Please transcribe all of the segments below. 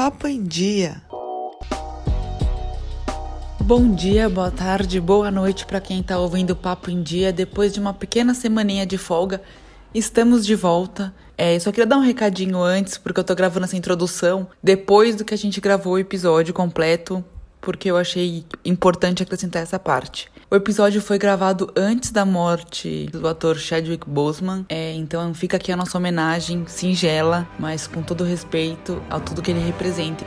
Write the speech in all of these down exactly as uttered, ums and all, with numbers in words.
Papo em Dia. Bom dia, boa tarde, boa noite para quem está ouvindo o Papo em Dia. Depois de uma pequena semaninha de folga, estamos de volta. É, eu só queria dar um recadinho antes, porque eu tô gravando essa introdução depois do que a gente gravou o episódio completo, porque eu achei importante acrescentar essa parte. O episódio foi gravado antes da morte do ator Chadwick Boseman, é, então fica aqui a nossa homenagem singela, mas com todo respeito a tudo que ele representa.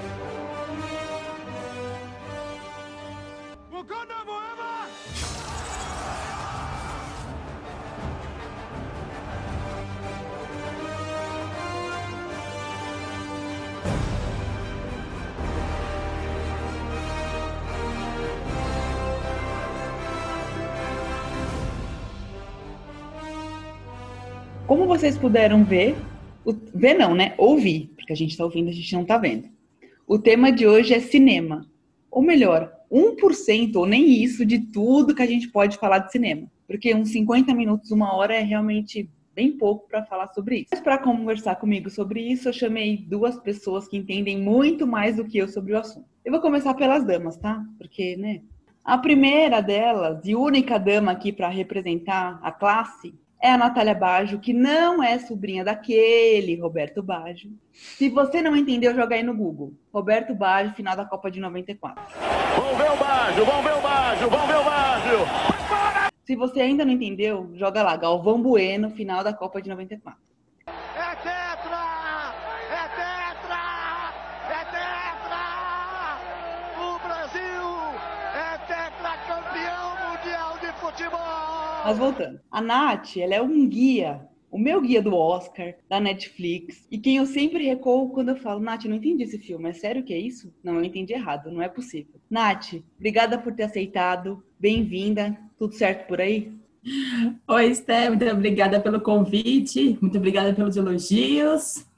Como vocês puderam ver, o, ver não, né? Ouvir, porque a gente está ouvindo, a gente não está vendo. O tema de hoje é cinema. Ou melhor, um por cento ou nem isso de tudo que a gente pode falar de cinema. Porque uns cinquenta minutos, uma hora é realmente bem pouco para falar sobre isso. Mas para conversar comigo sobre isso, eu chamei duas pessoas que entendem muito mais do que eu sobre o assunto. Eu vou começar pelas damas, tá? Porque, né? A primeira delas, e única dama aqui para representar a classe, é a Natália Baggio, que não é sobrinha daquele Roberto Baggio. Se você não entendeu, joga aí no Google. Roberto Baggio, final da Copa de noventa e quatro. Vamos ver o Baggio, vamos ver o Baggio, vamos ver o Baggio. Se você ainda não entendeu, joga lá, Galvão Bueno, final da Copa de noventa e quatro. É tetra! É tetra! É tetra! O Brasil é tetracampeão mundial de futebol! Mas voltando, a Nath, ela é um guia, o meu guia do Oscar, da Netflix, e quem eu sempre recorro quando eu falo, Nath, eu não entendi esse filme, é sério que é isso? Não, eu entendi errado, não é possível. Nath, obrigada por ter aceitado, bem-vinda, tudo certo por aí? Oi, Esté, muito obrigada pelo convite, muito obrigada pelos elogios.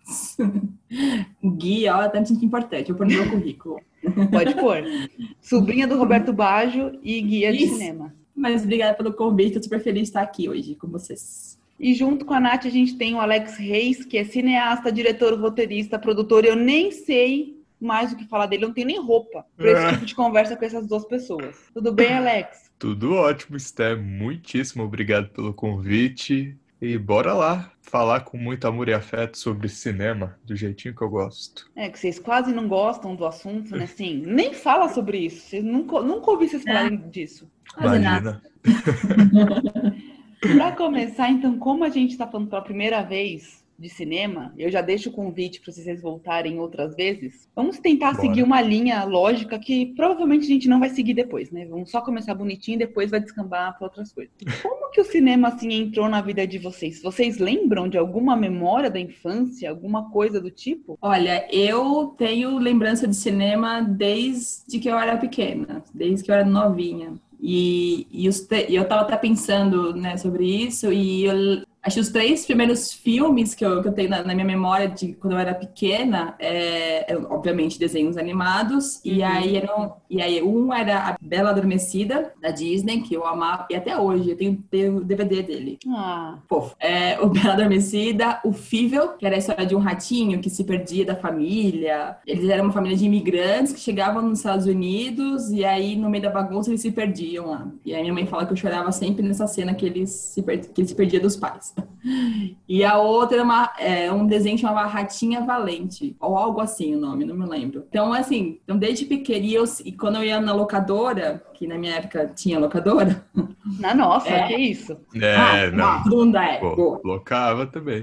Guia, ó, tanto importante, eu vou pôr no meu currículo. Pode pôr. Sobrinha do Roberto Baggio e guia Isso. de cinema. Mas obrigada pelo convite, estou super feliz de estar aqui hoje com vocês. E junto com a Nath a gente tem o Alex Reis, que é cineasta, diretor, roteirista, produtor. Eu nem sei mais o que falar dele, eu não tenho nem roupa para esse tipo de conversa com essas duas pessoas. Tudo bem, Alex? Tudo ótimo, Sté. Muitíssimo obrigado pelo convite. E bora lá falar com muito amor e afeto sobre cinema, do jeitinho que eu gosto. É, que vocês quase não gostam do assunto, né? Assim, nem fala sobre isso. Vocês nunca, nunca ouvi vocês falarem é. disso. Imagina. Para começar, então, como a gente está falando pela primeira vez de cinema, eu já deixo o convite para vocês voltarem outras vezes. Vamos tentar Bora. seguir uma linha lógica que provavelmente a gente não vai seguir depois, né? Vamos só começar bonitinho e depois vai descambar para outras coisas. Como que o cinema, assim, entrou na vida de vocês? Vocês lembram de alguma memória da infância, alguma coisa do tipo? Olha, eu tenho lembrança de cinema desde que eu era pequena, desde que eu era novinha. E, e, os te... e eu tava até pensando, né, sobre isso, e eu acho que os três primeiros filmes que eu, que eu tenho na, na minha memória de quando eu era pequena, é, é, obviamente, desenhos animados, uhum. e, aí eram, e aí um era A Bela Adormecida, da Disney, que eu amava, e até hoje eu tenho, tenho o D V D dele. Ah. Fofo. É, o Bela Adormecida, o Fível, que era a história de um ratinho que se perdia da família. Eles eram uma família de imigrantes que chegavam nos Estados Unidos, e aí no meio da bagunça eles se perdiam lá. E aí minha mãe fala que eu chorava sempre nessa cena que eles se, per... que eles se perdiam dos pais. E a outra é, uma, é um desenho que chamava Ratinha Valente, ou algo assim o nome, não me lembro. Então, assim, então desde pequena, e, eu, e quando eu ia na locadora, que na minha época tinha locadora... Na nossa, é, que isso? É, ah, não. Todo mundo é. Pô, locava também.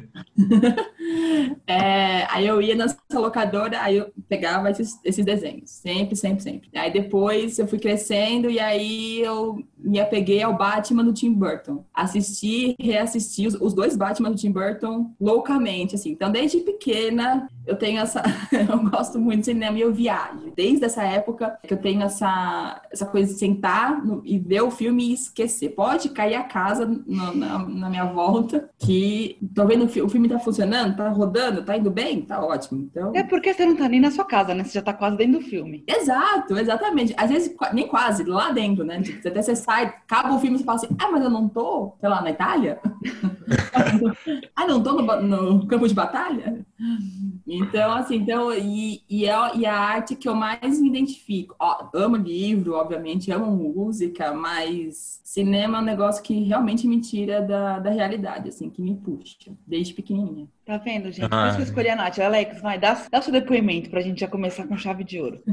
É, aí eu ia nessa locadora, aí eu pegava esses, esses desenhos, sempre, sempre, sempre. Aí depois eu fui crescendo e aí eu me apeguei ao Batman do Tim Burton. Assisti, reassisti os, os dois Batman do Tim Burton loucamente, assim. Então, desde pequena, eu tenho essa... eu gosto muito de cinema e eu viajo. Desde essa época que eu tenho essa, essa coisa de sentar no, e ver o filme e esquecer. Pode cair a casa no, na, na minha volta, que tô vendo o, fi- o filme tá funcionando, tá rodando, tá indo bem, tá ótimo. Então... É porque você não tá nem na sua casa, né? Você já tá quase dentro do filme. Exato, exatamente. Às vezes, nem quase, lá dentro, né? Tipo, até você sai, acaba o filme e você fala assim, ah, mas eu não tô, sei lá, na Itália? Ah, não tô no, no campo de batalha? Então, assim, então, e, e, é, e a arte que eu mais me identifico. Ó, amo livro, obviamente, amo música, mas cinema é um negócio que realmente me tira da, da realidade, assim, que me puxa, desde pequenininha. Tá vendo, gente? Por Ah. isso que eu escolhi a Nath. Alex, vai, dá, dá seu depoimento pra gente já começar com chave de ouro.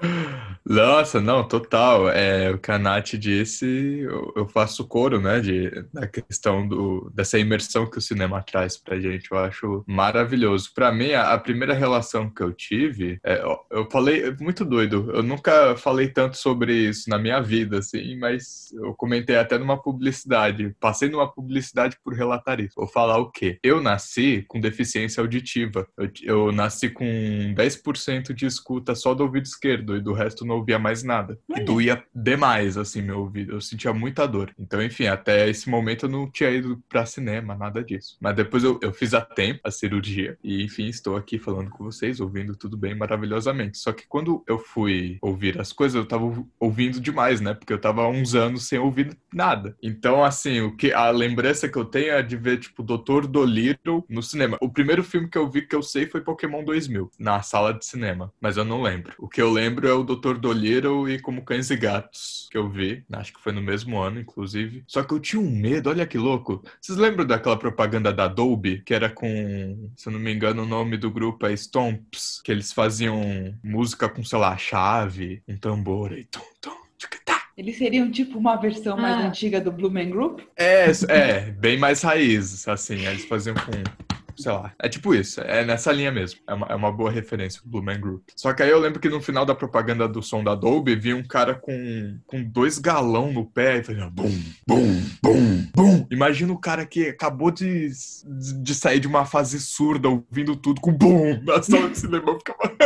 Nossa, não, total. É, o que a Nath disse, eu, eu faço coro, né, de, da questão do, dessa imersão que o cinema traz pra gente. Eu acho maravilhoso. Pra mim, a, a primeira relação que eu tive, é, eu, eu falei, muito doido, eu nunca falei tanto sobre isso na minha vida, assim, mas eu comentei até numa publicidade. Passei numa publicidade por relatar isso. Vou falar o quê? Eu nasci com deficiência auditiva. Eu, eu nasci com dez por cento de escuta só do ouvido esquerdo e do resto não ouvia mais nada. E doía demais, assim, meu ouvido. Eu sentia muita dor. Então, enfim, até esse momento eu não tinha ido pra cinema, nada disso. Mas depois eu, eu fiz a tempo a cirurgia e, enfim, estou aqui falando com vocês, ouvindo tudo bem maravilhosamente. Só que quando eu fui ouvir as coisas, eu tava ouvindo demais, né? Porque eu tava há uns anos sem ouvir nada. Então, assim, o que, a lembrança que eu tenho é de ver, tipo, doutor Dolittle no cinema. O primeiro filme que eu vi que eu sei foi Pokémon dois mil, na sala de cinema. Mas eu não lembro. O que eu lembro é o doutor Dolittle e Como Cães e Gatos, que eu vi. Acho que foi no mesmo ano, inclusive. Só que eu tinha um medo, olha que louco. Vocês lembram daquela propaganda da Adobe? Que era com, se eu não me engano, o nome do grupo é Stomps. Que eles faziam música com, sei lá, chave, um tambor e tum, tum, tchucatá. Eles seriam tipo uma versão mais Ah. antiga do Blue Man Group? É, é, bem mais raiz, assim. Eles faziam com, sei lá, é tipo isso, é nessa linha mesmo. É uma, é uma boa referência, o Blue Man Group. Só que aí eu lembro que no final da propaganda do som da Adobe, vi um cara com, com dois galão no pé e fazia bum, bum, bum, bum. Imagina o cara que acabou de, de sair de uma fase surda, ouvindo tudo com bum na sala de cinema. Eu ficava...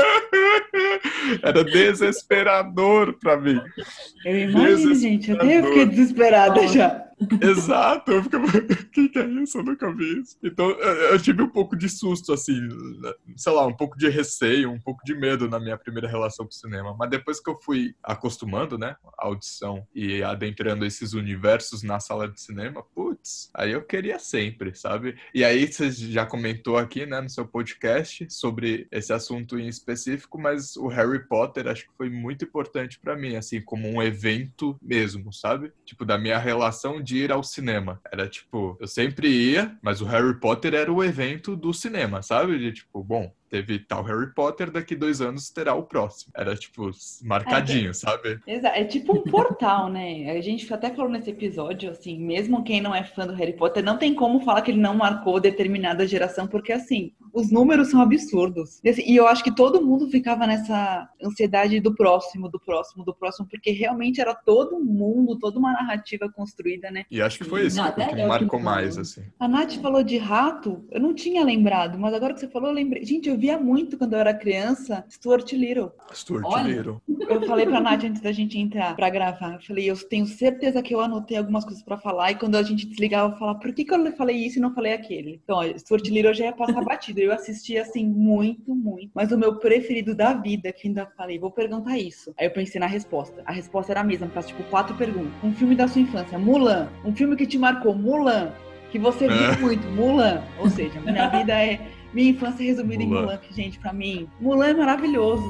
Era desesperador pra mim. Eu imagino, gente. Até eu fiquei desesperada já. Exato, eu ficava, o que, que é isso? Eu nunca vi isso. Então, eu tive um pouco de susto, assim, sei lá, um pouco de receio, um pouco de medo na minha primeira relação com o cinema. Mas depois que eu fui acostumando, né, a audição e adentrando esses universos na sala de cinema, putz, aí eu queria sempre, sabe? E aí você já comentou aqui, né, no seu podcast sobre esse assunto em específico, mas o Harry Potter acho que foi muito importante pra mim, assim, como um evento mesmo, sabe? Tipo, da minha relação de ir ao cinema. Era tipo, eu sempre ia, mas o Harry Potter era o evento do cinema, sabe? De tipo, bom, teve tal Harry Potter, daqui dois anos terá o próximo. Era tipo, marcadinho, é, sabe? Exato, é tipo um portal, né? A gente até falou nesse episódio, assim, mesmo quem não é fã do Harry Potter, não tem como falar que ele não marcou determinada geração, porque assim, os números são absurdos. E, assim, e eu acho que todo mundo ficava nessa ansiedade do próximo, do próximo, do próximo, porque realmente era todo mundo, toda uma narrativa construída, né? E acho que foi isso Não, que, até que eu marcou que mais, falo. assim. A Nath falou de rato, eu não tinha lembrado, mas agora que você falou, eu lembrei. Gente, eu via muito quando eu era criança Stuart Little. Stuart Olha. Little. Eu falei pra Nath antes da gente entrar pra gravar, eu falei, eu tenho certeza que eu anotei algumas coisas pra falar, e quando a gente desligar, eu vou falar, por que que eu falei isso e não falei aquele? Então, ó, Stuart Little já ia passar batido, eu assisti assim, muito, muito, mas o meu preferido da vida, que ainda falei, vou perguntar isso. Aí eu pensei na resposta, a resposta era a mesma, faz tipo quatro perguntas. Um filme da sua infância, Mulan. Um filme que te marcou, Mulan. Que você viu É. muito, Mulan. Ou seja, minha vida é, minha infância é resumida Mulan. em Mulan, que, gente, pra mim, Mulan é maravilhoso.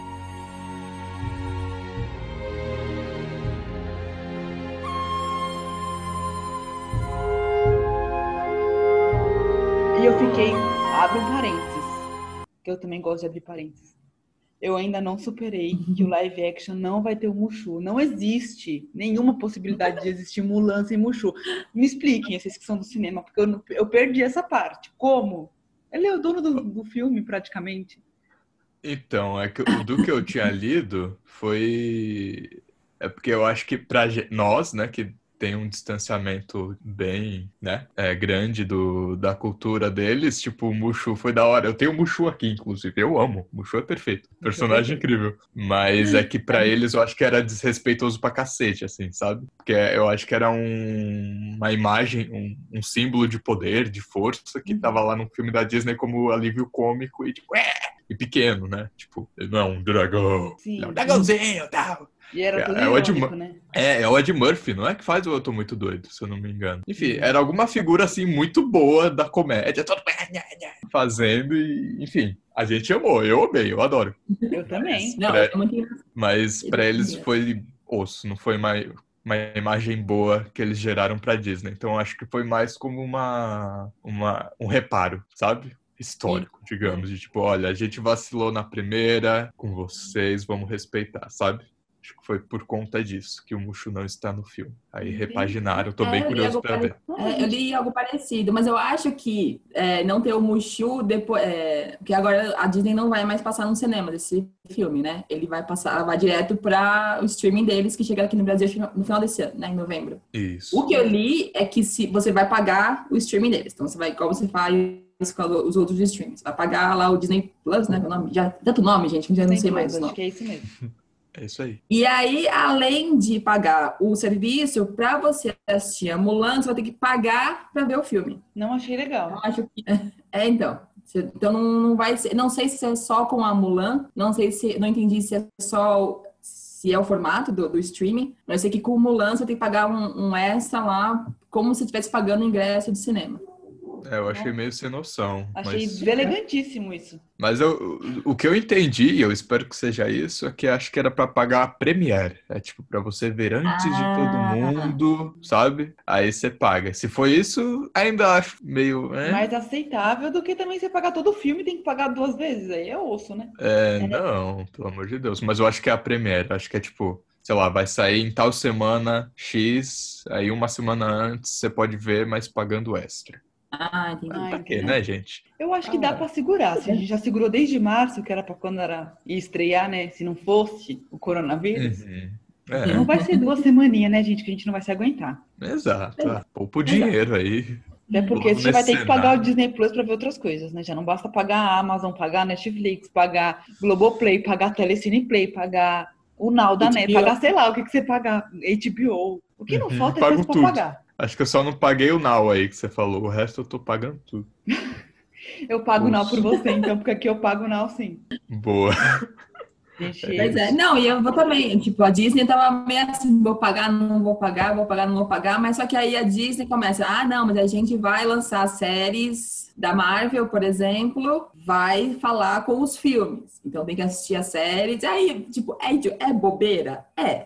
E eu fiquei, abre um parênteses, que eu também gosto de abrir parênteses. Eu ainda não superei que o live action não vai ter o Mushu. Não existe nenhuma possibilidade de existir Mulan sem Mushu. Me expliquem, esses que são do cinema, porque eu, não- eu perdi essa parte. Como? Ele é o dono do, do filme, praticamente. Então, é que o do que eu tinha lido foi... É porque eu acho que pra ge- nós, né, que tem um distanciamento bem, né, é, grande do, da cultura deles, tipo, o Mushu foi da hora. Eu tenho o Mushu aqui, inclusive. Eu amo. O Mushu é perfeito. Personagem incrível. Mas é que pra eles eu acho que era desrespeitoso pra cacete, assim, sabe? Porque eu acho que era um, uma imagem, um, um símbolo de poder, de força, que tava lá no filme da Disney como alívio cômico e tipo, é! E pequeno, né? Tipo, ele não é um dragão. Sim. Ele é um dragãozinho e tal. E era É, tudo é o Ed irônico, Mur- né? É, é o Ed Murphy, não é que faz ou eu tô muito doido, se eu não me engano. Enfim, era alguma figura assim muito boa da comédia, todo fazendo e, enfim. A gente amou, eu amei, eu adoro. Eu também. Não, Pra- é muito engraçado. Mas pra Ele- eles foi osso, não foi uma, uma imagem boa que eles geraram pra Disney. Então acho que foi mais como uma, uma, um reparo, sabe? Histórico, digamos. De tipo, olha, a gente vacilou na primeira, com vocês, vamos respeitar, sabe? Acho que foi por conta disso que o Mushu não está no filme. Aí repaginaram, tô É, bem eu li curioso algo pra ver. pare- é, eu li algo parecido, mas eu acho que é, não ter o Mushu depois. É, porque agora a Disney não vai mais passar no cinema desse filme, né? Ele vai passar, vai direto para o streaming deles, que chega aqui no Brasil no final desse ano, né? Em novembro. Isso. O que eu li é que se você vai pagar o streaming deles. Então você vai, igual você faz com os outros streams. Vai pagar lá o Disney Plus, né? O nome, já, tanto nome, gente, que eu já não Tem sei coisa, mais o acho nome. que é isso mesmo. É isso aí. E aí, além de pagar o serviço, para você assistir a Mulan, você vai ter que pagar para ver o filme. Não achei Eu legal. acho que é então. Você- Então não, não vai ser, não sei se é só com a Mulan, não sei se, não entendi se é só se é o formato do, do streaming, mas eu sei que com o Mulan você tem que pagar um, um extra lá, como se estivesse pagando o ingresso de cinema. É, eu achei meio sem noção. Achei Mas, elegantíssimo isso. mas eu, o que eu entendi, e eu espero que seja isso, é que acho que era pra pagar a Premiere. É tipo, pra você ver antes de todo Ah. mundo, sabe? Aí você paga. Se for isso, ainda acho meio. É, Mais aceitável do que também você pagar todo o filme e tem que pagar duas vezes. Aí é osso, né? é, não, pelo amor de Deus. Mas eu acho que é a Premiere. Acho que é tipo, sei lá, vai sair em tal semana X, aí uma semana antes você pode ver, mas pagando extra. Ah, entendi. Ah, Pra quê, entendi. né, gente? Eu acho que dá pra segurar. Se a gente já segurou desde março, que era pra quando era ia estrear, né? Se não fosse o coronavírus. Uhum. Não É, vai ser duas semaninhas, né, gente? Que a gente não vai se aguentar. exato. Ah, poupa o dinheiro aí. Até porque Vamos você vai ter que mecenar. pagar o Disney Plus pra ver outras coisas, né? Já não basta pagar a Amazon, pagar a Netflix, pagar Globoplay, pagar Telecine Play, pagar o Now da Net, H B O. pagar, sei lá, o que, que você pagar, H B O. O que não Uhum, falta é pago coisa pra tudo. pagar. Acho que eu só não paguei o Now aí que você falou. O resto eu tô pagando tudo. Eu pago o Now Poxa. por você, então, porque aqui eu pago o Now sim. Boa. Gente, Pois é, não, e eu vou também, tipo, a Disney tava meio assim, vou pagar, não vou pagar, vou pagar, não vou pagar, mas só que aí a Disney começa, ah, não, mas a gente vai lançar séries da Marvel, por exemplo, vai falar com os filmes, então tem que assistir as séries, aí, tipo, é, idi- é bobeira? É.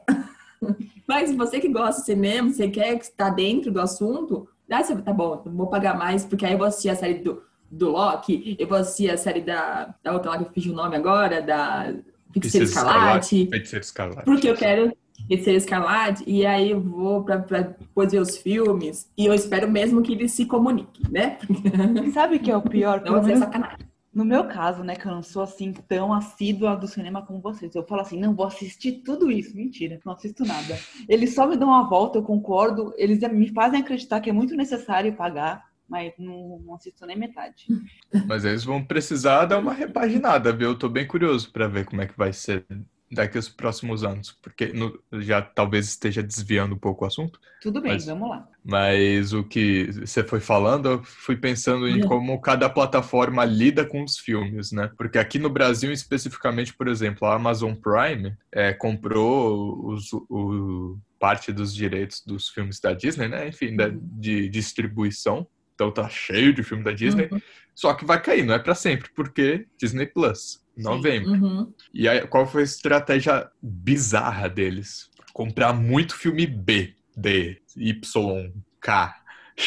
Mas você que gosta de cinema, você quer estar dentro do assunto, ah, você, tá bom, não vou pagar mais, porque aí eu vou assistir a série do, do Loki, eu vou assistir a série da, da outra lá que eu fiz o nome agora, da Feiticeiro Escarlate, Feiticeiro Escarlate. porque eu quero Feiticeiro Escarlate, e aí eu vou pra, pra depois ver os filmes, e eu espero mesmo que eles se comuniquem, né? sabe o que é o pior? Não Pelo vai ser menos sacanagem. no meu caso, né, que eu não sou assim tão assídua do cinema como vocês. Eu falo assim, não, vou assistir tudo isso. Mentira, não assisto nada. Eles só me dão uma volta, eu concordo. Eles me fazem acreditar que é muito necessário pagar, mas não, não assisto nem metade. Mas eles vão precisar dar uma repaginada, viu? Eu tô bem curioso pra ver como é que vai ser daqui aos próximos anos, porque no- já talvez esteja desviando um pouco o assunto, Tudo bem, Mas- vamos lá. mas o que você foi falando, eu fui pensando em Uhum. como cada plataforma lida com os filmes, né? Porque aqui no Brasil, especificamente, por exemplo, a Amazon Prime é, comprou os, o, parte dos direitos dos filmes da Disney, né? Enfim, da, de distribuição. Então tá cheio de filme da Disney. Uhum. Só que vai cair, não é pra sempre, porque Disney Plus, novembro. Uhum. E aí, qual foi a estratégia bizarra deles? Comprar muito filme B, D, Y, K.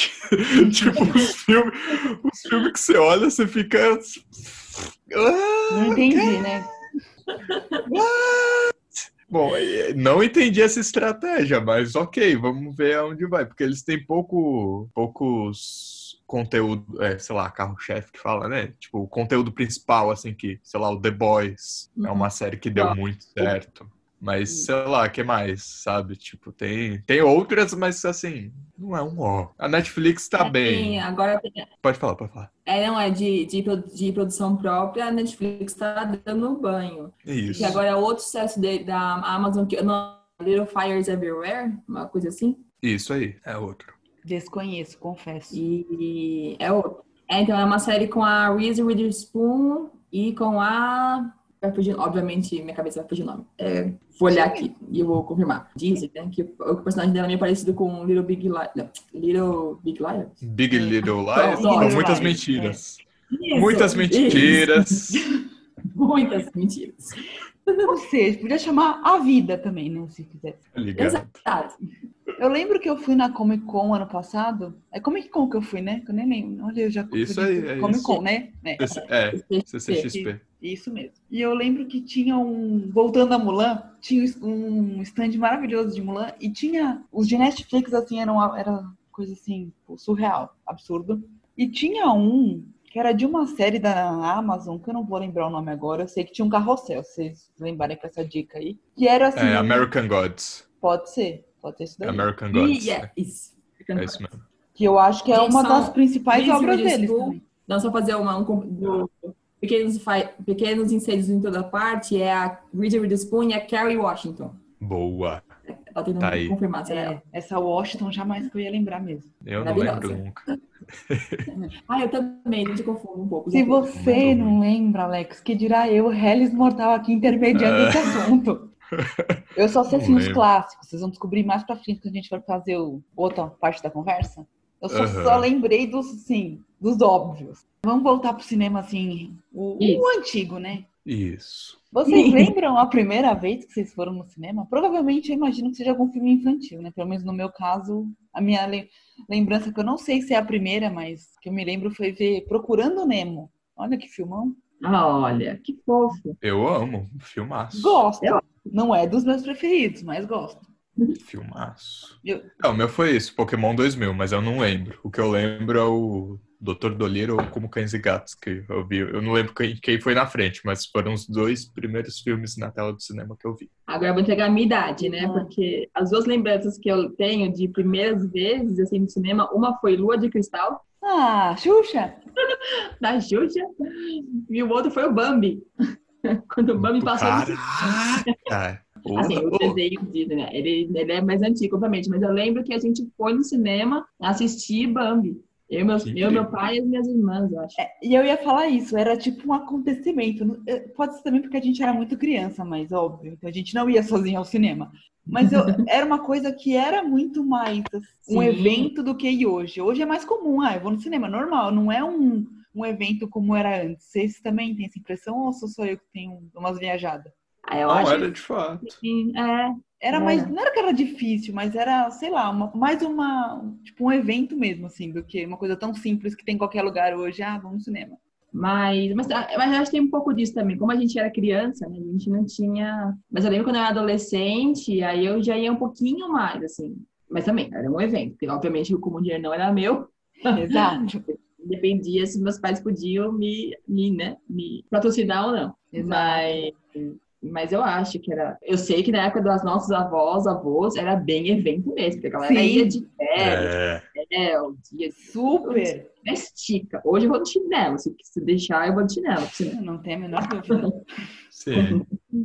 Tipo, os filmes os filmes que você olha, você fica. Ah, Não entendi, né? Bom, eh, não entendi essa estratégia, mas ok, vamos ver aonde vai, porque eles têm pouco, poucos conteúdo, é, sei lá, carro-chefe que fala, né? Tipo, o conteúdo principal, assim, que, sei lá, o The Boys é uma série que deu Ah. muito certo. Mas, sei lá, o que mais, sabe? Tipo, tem, tem outras, mas, assim, não é um ó. A Netflix tá É, bem. tem- agora Pode falar, pode falar. é, não é de, de, produ- de produção própria, a Netflix tá dando um banho. Isso. E agora outro sucesso de- da Amazon, que eu não, Little Fires Everywhere, uma coisa assim. Isso aí, é outro. Desconheço, confesso. E é outro. É, então é uma série com a Reese Witherspoon e com a... Vai fugir, obviamente, minha cabeça vai fugir o nome. É, vou olhar aqui e eu vou confirmar. Dizem, né, que o, o personagem dela é meio parecido com Little Big Liar. Não, Little Big Liar. Big Little Lies, Little com muitas Lies, mentiras. Isso, Muitas mentiras. isso. Muitas mentiras. Ou seja, podia chamar A Vida também, né? Se quiser. Ligado. Exato. Eu lembro que eu fui na Comic Con ano passado. É Comic Con que eu fui, né? Que eu nem lembro. Olha, eu já Isso confundi aí, tudo. é Comic isso. Con, né? É. É, C C X P. Isso mesmo. E eu lembro que tinha um... Voltando a Mulan, tinha um stand maravilhoso de Mulan. E tinha... Os de Netflix, assim, eram era coisa assim, surreal, absurdo. E tinha um que era de uma série da Amazon, que eu não vou lembrar o nome agora. Eu sei que tinha um carrossel, se vocês lembrarem com essa dica aí. Que era assim... É American Gods. Pode ser. Pode ser isso daí. American Gods. E é isso. É isso mesmo. Que eu acho que é Gente, uma são das principais Reese obras deles Witherspoon. também. Não, só fazer uma, um com- do pequenos, Fi- pequenos Incêndios em Toda Parte, é a Reese Witherspoon e a Kerry Washington. Boa. Ela tem Tá que aí. confirmar se é É, ela. essa Washington jamais que eu ia lembrar mesmo. Eu não Maravilhosa. lembro nunca. Ah, eu também, a gente confunde um pouco. Se você Muito não lembra, Alex, que dirá eu, Hellis Mortal aqui intermediando É. esse assunto. Eu só sei Não assim, os lembro. clássicos. Vocês vão descobrir mais pra frente quando a gente for fazer o, outra parte da conversa. Eu só, Aham. só lembrei dos, assim, dos óbvios. Vamos voltar pro cinema, assim, o, Isso. o antigo, né? Isso. Vocês lembram a primeira vez que vocês foram no cinema? Provavelmente eu imagino que seja algum filme infantil, né? Pelo menos no meu caso, a minha le- lembrança, que eu não sei se é a primeira, mas que eu me lembro foi ver Procurando Nemo. Olha que filmão. Ah, olha, que fofo. Eu amo. Filmaço. Gosto. Eu- Não é dos meus preferidos, mas gosto. Filmaço. Eu- Não, o meu foi isso, Pokémon dois mil, mas eu não lembro. O que eu lembro é o doutor Dolittle ou Como Cães e Gatos, que eu vi. Eu não lembro quem, quem foi na frente, mas foram os dois primeiros filmes na tela do cinema que eu vi. Agora eu vou entregar a minha idade, né? Uhum. Porque as duas lembranças que eu tenho de primeiras vezes, assim, no cinema, uma foi Lua de Cristal, Ah, Xuxa! da Xuxa, e o outro foi o Bambi. Quando o Bambi passou no Caraca! Assim, o Porra, ô, desenho Disney, né? Ele, ele é mais antigo, obviamente, mas eu lembro que a gente foi no cinema assistir Bambi. Eu, meu, Que eu, meu incrível. pai e as minhas irmãs, eu acho. E eu ia falar isso, era tipo um acontecimento. Eh, Pode ser também porque a gente era muito criança, mas óbvio. Então a gente não ia sozinho ao cinema. Mas eu- era uma coisa que era muito mais um Sim. evento do que hoje. Hoje é mais comum, ah, eu vou no cinema, normal, não é um, um evento como era antes. Vocês também têm essa impressão ou sou só eu que tenho umas viajadas? Aí eu não acho era de fato. que é, Era É. mais, não era que era difícil, mas era, sei lá, uma- mais uma, tipo um evento mesmo, assim, do que uma coisa tão simples que tem em qualquer lugar hoje. Ah, vamos no cinema. mas, mas, mas eu acho que tem um pouco disso também. Como a gente era criança, né? A gente não tinha. Mas eu lembro quando eu era adolescente, aí eu já ia um pouquinho mais, assim. Mas também, era um evento. Porque, obviamente, como o dinheiro não era meu, Exato. dependia se meus pais podiam me, me, né, me patrocinar ou não. Exato. Mas, mas eu acho que era. Eu sei que na época das nossas avós, avós, era bem evento mesmo, porque a galera Sim. ia de férias, É, chinelo, dia de Super. estica. Hoje eu vou de chinelo. Se, se deixar, eu vou de chinelo. pro cinema. Não tem a menor dúvida. sim.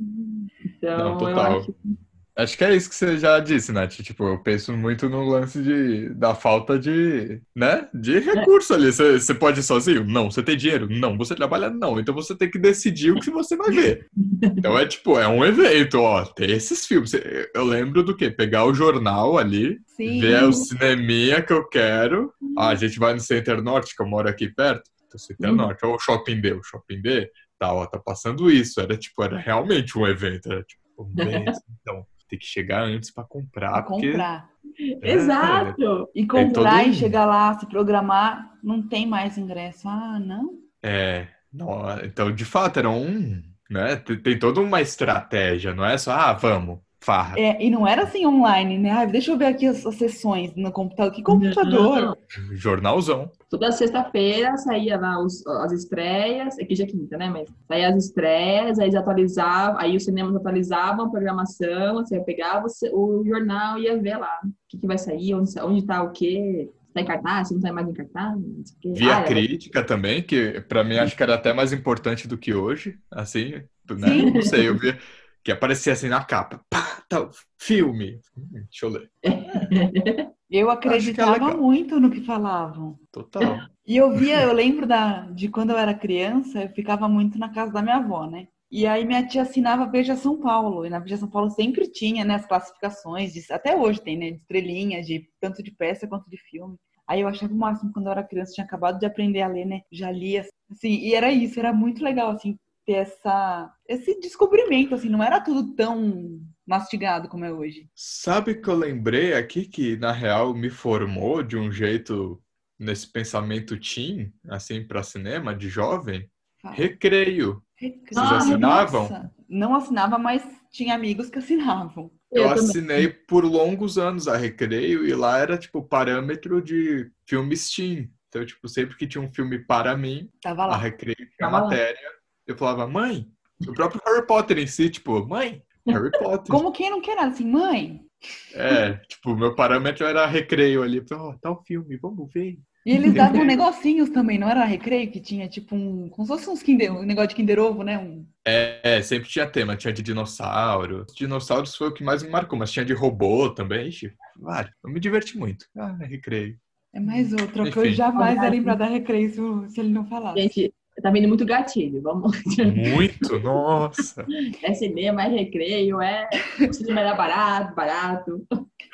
Então, Não, eu total. acho. Acho que é isso que você já disse, Nath. Tipo, eu penso muito no lance de, da falta de, né? De recurso ali. Você, você pode ir sozinho? Não. Você tem dinheiro? Não. Você trabalha? Não. Então você tem que decidir o que você vai ver. Então é tipo, é um evento, ó. Tem esses filmes. Eu lembro do quê? Pegar o jornal ali, Sim. ver o cineminha que eu quero. Ah, a gente vai no Center Norte, que eu moro aqui perto. Então, Center Uhum. Norte. Ou o Shopping D. O Shopping D, tá, ó, tá passando isso. Era tipo, era realmente um evento. Era tipo, bem, então, tem que chegar antes pra comprar. Pra porque, comprar. é, Exato! E comprar todo e um- chegar lá, se programar, não tem mais ingresso. Ah, não? É, não, então, de fato, era um, né? Tem, tem toda uma estratégia, não é só, ah, vamos, farra. É, e não era assim online, né? Ah, deixa eu ver aqui as, as sessões no computador. Que computador? Não. Jornalzão. Toda sexta-feira saía lá os- as estreias, aqui já é quinta, né? Mas saía as estreias, aí eles atualizavam, aí os cinemas atualizavam a programação, você pegava o, ce- o jornal e ia ver lá o que, que vai sair, onde, onde tá o quê, se tá em cartaz, se não tá mais em cartaz, não sei o quê. Via Ah, é, crítica também, que pra mim acho que era até mais importante do que hoje, assim, né? Sim. Não sei, eu via que aparecia assim na capa, pá, tal, filme. Hum, deixa eu ler. Eu Acho que é acreditava legal. muito no que falavam. Total. E eu via, eu lembro da, de quando eu era criança, eu ficava muito na casa da minha avó, né? E aí minha tia assinava Veja São Paulo. E na Veja São Paulo sempre tinha, né, as classificações, de- até hoje tem, né? De estrelinha, de tanto de peça quanto de filme. Aí eu achava o máximo quando eu era criança, tinha acabado de aprender a ler, né? Já lia Assim, e era isso, era muito legal, assim, ter essa, esse descobrimento, assim, não era tudo tão mastigado como é hoje. Sabe que eu lembrei aqui que, na real, me formou de um jeito nesse pensamento teen, assim, para cinema, de jovem? Fala. Recreio. Recreio. Vocês assinavam? Nossa, não assinava, mas tinha amigos que assinavam. Eu, Eu também. assinei por longos anos a Recreio e lá era, tipo, parâmetro de filmes teen. Então, tipo, sempre que tinha um filme para mim, Tava a lá. Recreio tinha Tava lá. matéria. Eu falava, mãe, o próprio Harry Potter em si, tipo, mãe, Harry Potter. Como quem não quer nada, assim, mãe. É, tipo, meu parâmetro era Recreio ali. Ó, tá o filme, vamos ver. E eles davam negocinhos também, não era recreio que tinha tipo um, como se fosse uns Kinder, um negócio de Kinder Ovo, né? Um... É, é, sempre tinha tema, tinha de dinossauro. Dinossauros foi o que mais me marcou, mas tinha de robô também. Ixi, vários. Eu me diverti muito. Ah, Recreio. É mais outro, que eu Enfim. jamais ia lembrar da recreio se, se ele não falasse. Gente, tá vindo muito gatilho. Vamos. Muito, nossa. É cinema, é recreio, é. O cinema era barato, barato.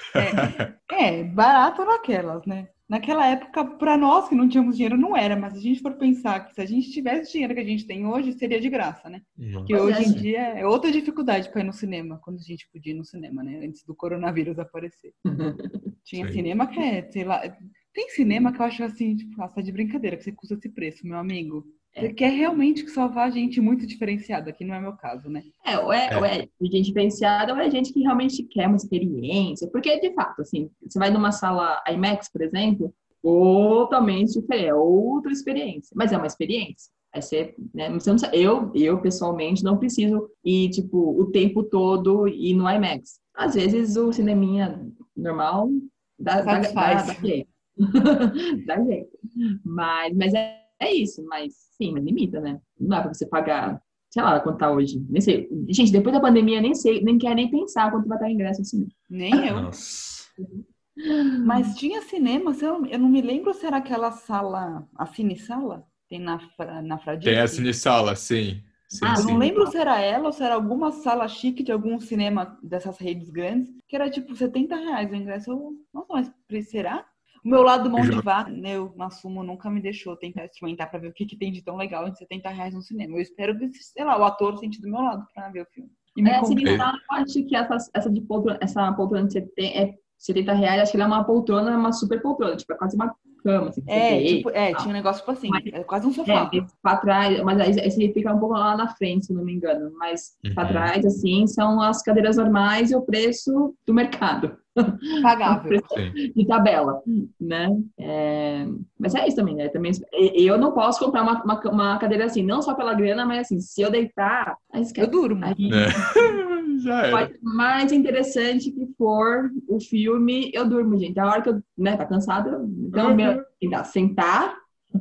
É, é, barato naquelas, né? Naquela época, para nós que não tínhamos dinheiro, não era, mas se a gente for pensar que se a gente tivesse o dinheiro que a gente tem hoje, seria de graça, né? Porque Pois hoje é, em gente. dia é outra dificuldade para ir no cinema, quando a gente podia ir no cinema, né? Antes do coronavírus aparecer. Tinha Sim. cinema que é, sei lá. Tem cinema que eu acho assim, tipo, nossa, de brincadeira, que você custa esse preço, meu amigo. Você quer realmente que só vá gente muito diferenciada, que não é meu caso, né? É, ou é, ou é gente diferenciada, ou é gente que realmente quer uma experiência. Porque, de fato, assim, você vai numa sala IMAX, por exemplo, totalmente diferente, é outra experiência. Mas é uma experiência. Aí você, né, você não, eu, eu, pessoalmente, não preciso ir, tipo, o tempo todo ir no IMAX. Às vezes, o cineminha normal dá, dá, dá, dá jeito. Dá jeito. Mas, mas é, é isso. Mas, sim, mas limita, né? Não dá pra você pagar, sei lá, quanto tá hoje. Nem sei. Gente, depois da pandemia, nem sei, nem quero nem pensar quanto vai estar o ingresso assim. Nem eu. Nossa. Mas tinha cinema, se eu, eu não me lembro se era aquela sala, a Cine Sala, tem na, Fra- na Fradique. Tem a Cinesala, sim. Sim, Ah, Eu sim. não lembro se era ela ou se era alguma sala chique de algum cinema dessas redes grandes, que era tipo setenta reais o ingresso. Eu, nossa, mas será? O meu lado mão de Já- vaca, né, eu assumo, nunca me deixou tentar experimentar pra ver o que, que tem de tão legal em setenta reais no cinema. Eu espero que, sei lá, o ator sente do meu lado pra ver o filme. E me É, contar. assim, eu acho que essa, essa, de poltrona, essa poltrona de setenta, é setenta reais, acho que ela é uma poltrona, uma super poltrona, tipo, é quase uma cama, assim, que você É, deita tipo, e é, tal. tinha um negócio tipo assim, Mas- é quase um É, sofá. e pra trás, mas aí, aí você fica um pouco lá na frente, se não me engano. Mas pra Uhum. trás, assim, são as cadeiras normais e o preço do mercado. Pagável. Sim. De tabela, né? É, mas é isso também, né? Também, eu não posso comprar uma, uma, uma cadeira assim, não só pela grana, mas assim, se eu deitar, aí esquece. Eu durmo. Aí, É. Já era. pode- mais interessante que for o filme, eu durmo, gente. A hora que eu, né, tá cansada, então, Uhum. meu, dá, sentar,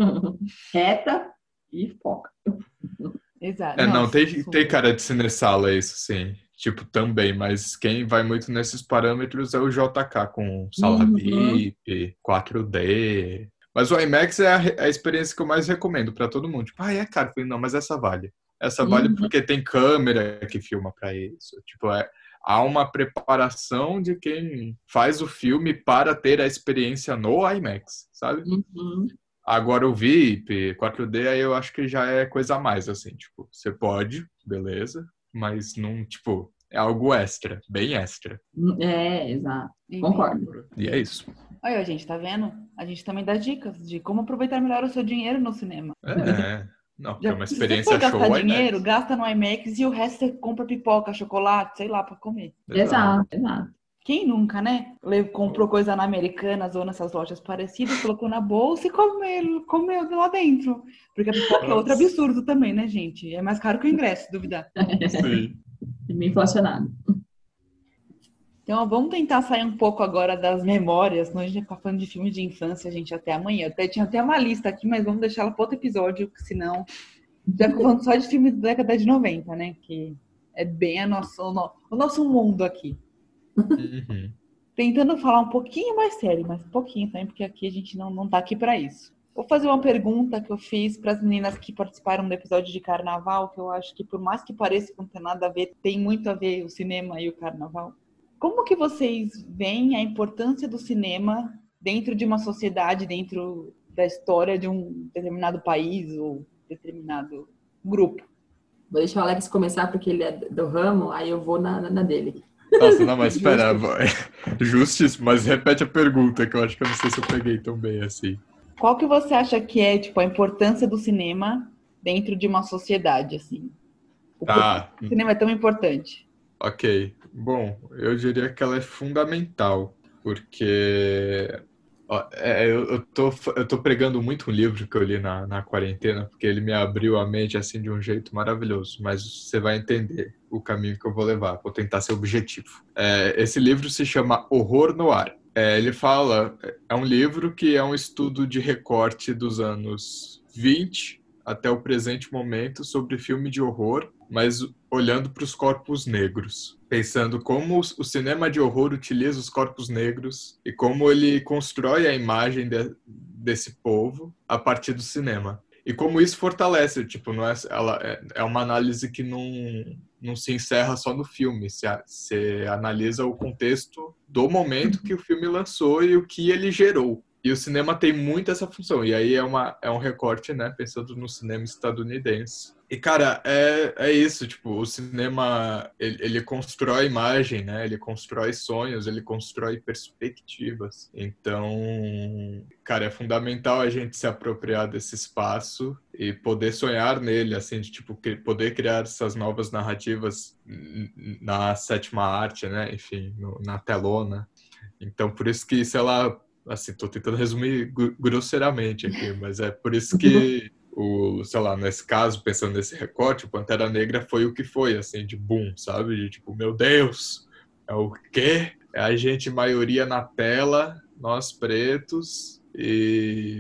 reta e foca. Exato. É, não, isso- tem, isso tem mesmo. cara de cinesala isso, sim. Tipo, também, mas quem vai muito nesses parâmetros é o J K, com sala Uhum. V I P, quatro D. Mas o IMAX é a, re- a experiência que eu mais recomendo pra todo mundo. Tipo, ah, é caro. Eu falei, não, mas essa vale. Essa vale Uhum. porque tem câmera que filma pra isso. Tipo, é, há uma preparação de quem faz o filme para ter a experiência no IMAX, sabe? Uhum. Agora o V I P, quatro D, aí eu acho que já é coisa a mais, assim, tipo, você pode, beleza, mas não, tipo, é algo extra, bem extra. É, exato. Enfim. Concordo. E é isso. Aí, ó, gente, tá vendo? A gente também dá dicas de como aproveitar melhor o seu dinheiro no cinema. É, não, porque é uma Já, se você experiência for gastar show, é dinheiro, IMAX. gasta no IMAX e o resto você compra pipoca, chocolate, sei lá, pra comer. Exato, exato. Quem nunca, né? Le- Comprou coisa na Americanas ou nessas lojas parecidas, colocou na bolsa e comeu, comeu lá dentro. Porque a pipoca é outro Nossa. absurdo também, né, gente? É mais caro que o ingresso, se duvidar. Sim. Meio inflacionado. Então, vamos tentar sair um pouco agora das memórias, senão a gente vai ficar falando de filme de infância, gente, até amanhã. Até, tinha até uma lista aqui, mas vamos deixar ela para outro episódio, porque senão já fico falando só de filmes da década de noventa, né? Que é bem a nosso, o, no, o nosso mundo aqui. Uhum. Tentando falar um pouquinho mais sério, mas um pouquinho também, porque aqui a gente não, não tá aqui para isso. Vou fazer uma pergunta que eu fiz para as meninas que participaram do episódio de carnaval, que eu acho que, por mais que pareça que não tem nada a ver, tem muito a ver o cinema e o carnaval. Como que vocês veem a importância do cinema dentro de uma sociedade, dentro da história de um determinado país ou determinado grupo. Vou deixar o Alex começar porque ele é do ramo, aí eu vou na, na dele. Nossa, não, mas espera. Justíssimo, mas repete a pergunta, que eu acho que eu não sei se eu peguei tão bem assim. Qual que você acha que é, tipo, a importância do cinema dentro de uma sociedade, assim? O Tá. porquê o cinema é tão importante? Ok. Bom, eu diria que ela é fundamental, porque ó, é, eu, eu tô, eu tô pregando muito um livro que eu li na, na quarentena, porque ele me abriu a mente assim de um jeito maravilhoso, mas você vai entender o caminho que eu vou levar, vou tentar ser objetivo. É, esse livro se chama Horror no Ar. É, ele fala, é um livro que é um estudo de recorte dos anos vinte até o presente momento sobre filme de horror, mas olhando para os corpos negros, pensando como o cinema de horror utiliza os corpos negros e como ele constrói a imagem de, desse povo a partir do cinema. E como isso fortalece, tipo, não é, ela, é, é uma análise que não, não se encerra só no filme, se, se analisa o contexto do momento que o filme lançou e o que ele gerou. E o cinema tem muito essa função. E aí é, uma, é um recorte, né? Pensando no cinema estadunidense. E, cara, é, é isso. Tipo, o cinema, ele, ele constrói imagem, né? Ele constrói sonhos, ele constrói perspectivas. Então, cara, é fundamental a gente se apropriar desse espaço e poder sonhar nele, assim, de, tipo, poder criar essas novas narrativas na sétima arte, né? Enfim, no, na telona. Então, por isso que, sei lá, assim, tô tentando resumir grosseiramente aqui, mas é por isso que, o, sei lá, nesse caso, pensando nesse recorte, o Pantera Negra foi o que foi, assim, de boom, sabe? De tipo, meu Deus, é o quê? É a gente, maioria na tela, nós pretos, e,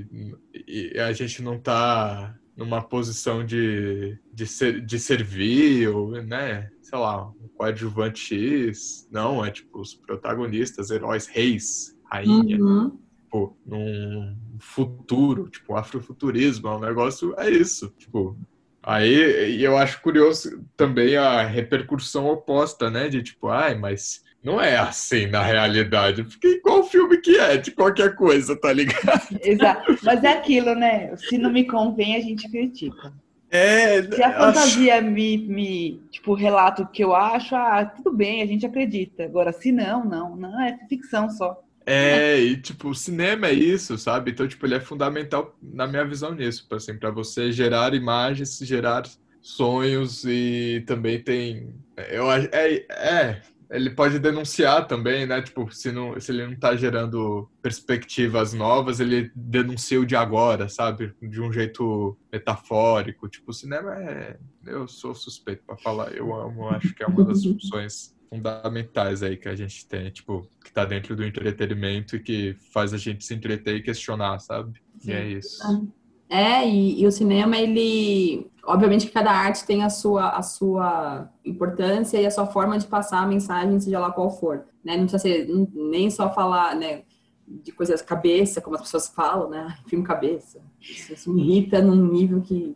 e a gente não tá numa posição de, de, ser, de servir, ou, né, sei lá, um coadjuvante X. Não, é tipo, os protagonistas, heróis, reis, rainha, Uhum. tipo, num futuro, tipo, afrofuturismo, é um negócio, é isso, tipo, aí, e eu acho curioso também a repercussão oposta, né, de tipo, ai, mas não é assim na realidade, porque qual filme que é de qualquer coisa, tá ligado? Exato, mas é aquilo, né, se não me convém, a gente critica. É, Se a acho... fantasia me, me, tipo, relata o que eu acho, ah, tudo bem, a gente acredita. Agora, se não, não, não, é ficção só. É, e tipo, o cinema é isso, sabe? Então, tipo, ele é fundamental na minha visão nisso, assim, para você gerar imagens, gerar sonhos e também tem, eu acho, é, é, ele pode denunciar também, né? Tipo, se não, se ele não tá gerando perspectivas novas, ele denuncia o de agora, sabe? De um jeito metafórico. Tipo, o cinema é, eu sou suspeito para falar, eu amo, acho que é uma das funções fundamentais aí que a gente tem, tipo, que tá dentro do entretenimento e que faz a gente se entreter e questionar, sabe? Sim. E é isso. É, e, e o cinema, ele... Obviamente que cada arte tem a sua, a sua importância e a sua forma de passar a mensagem, seja lá qual for, né? Não precisa ser nem só falar, né, de coisas cabeça, como as pessoas falam, né? Filme cabeça. Isso, isso me irrita num nível que...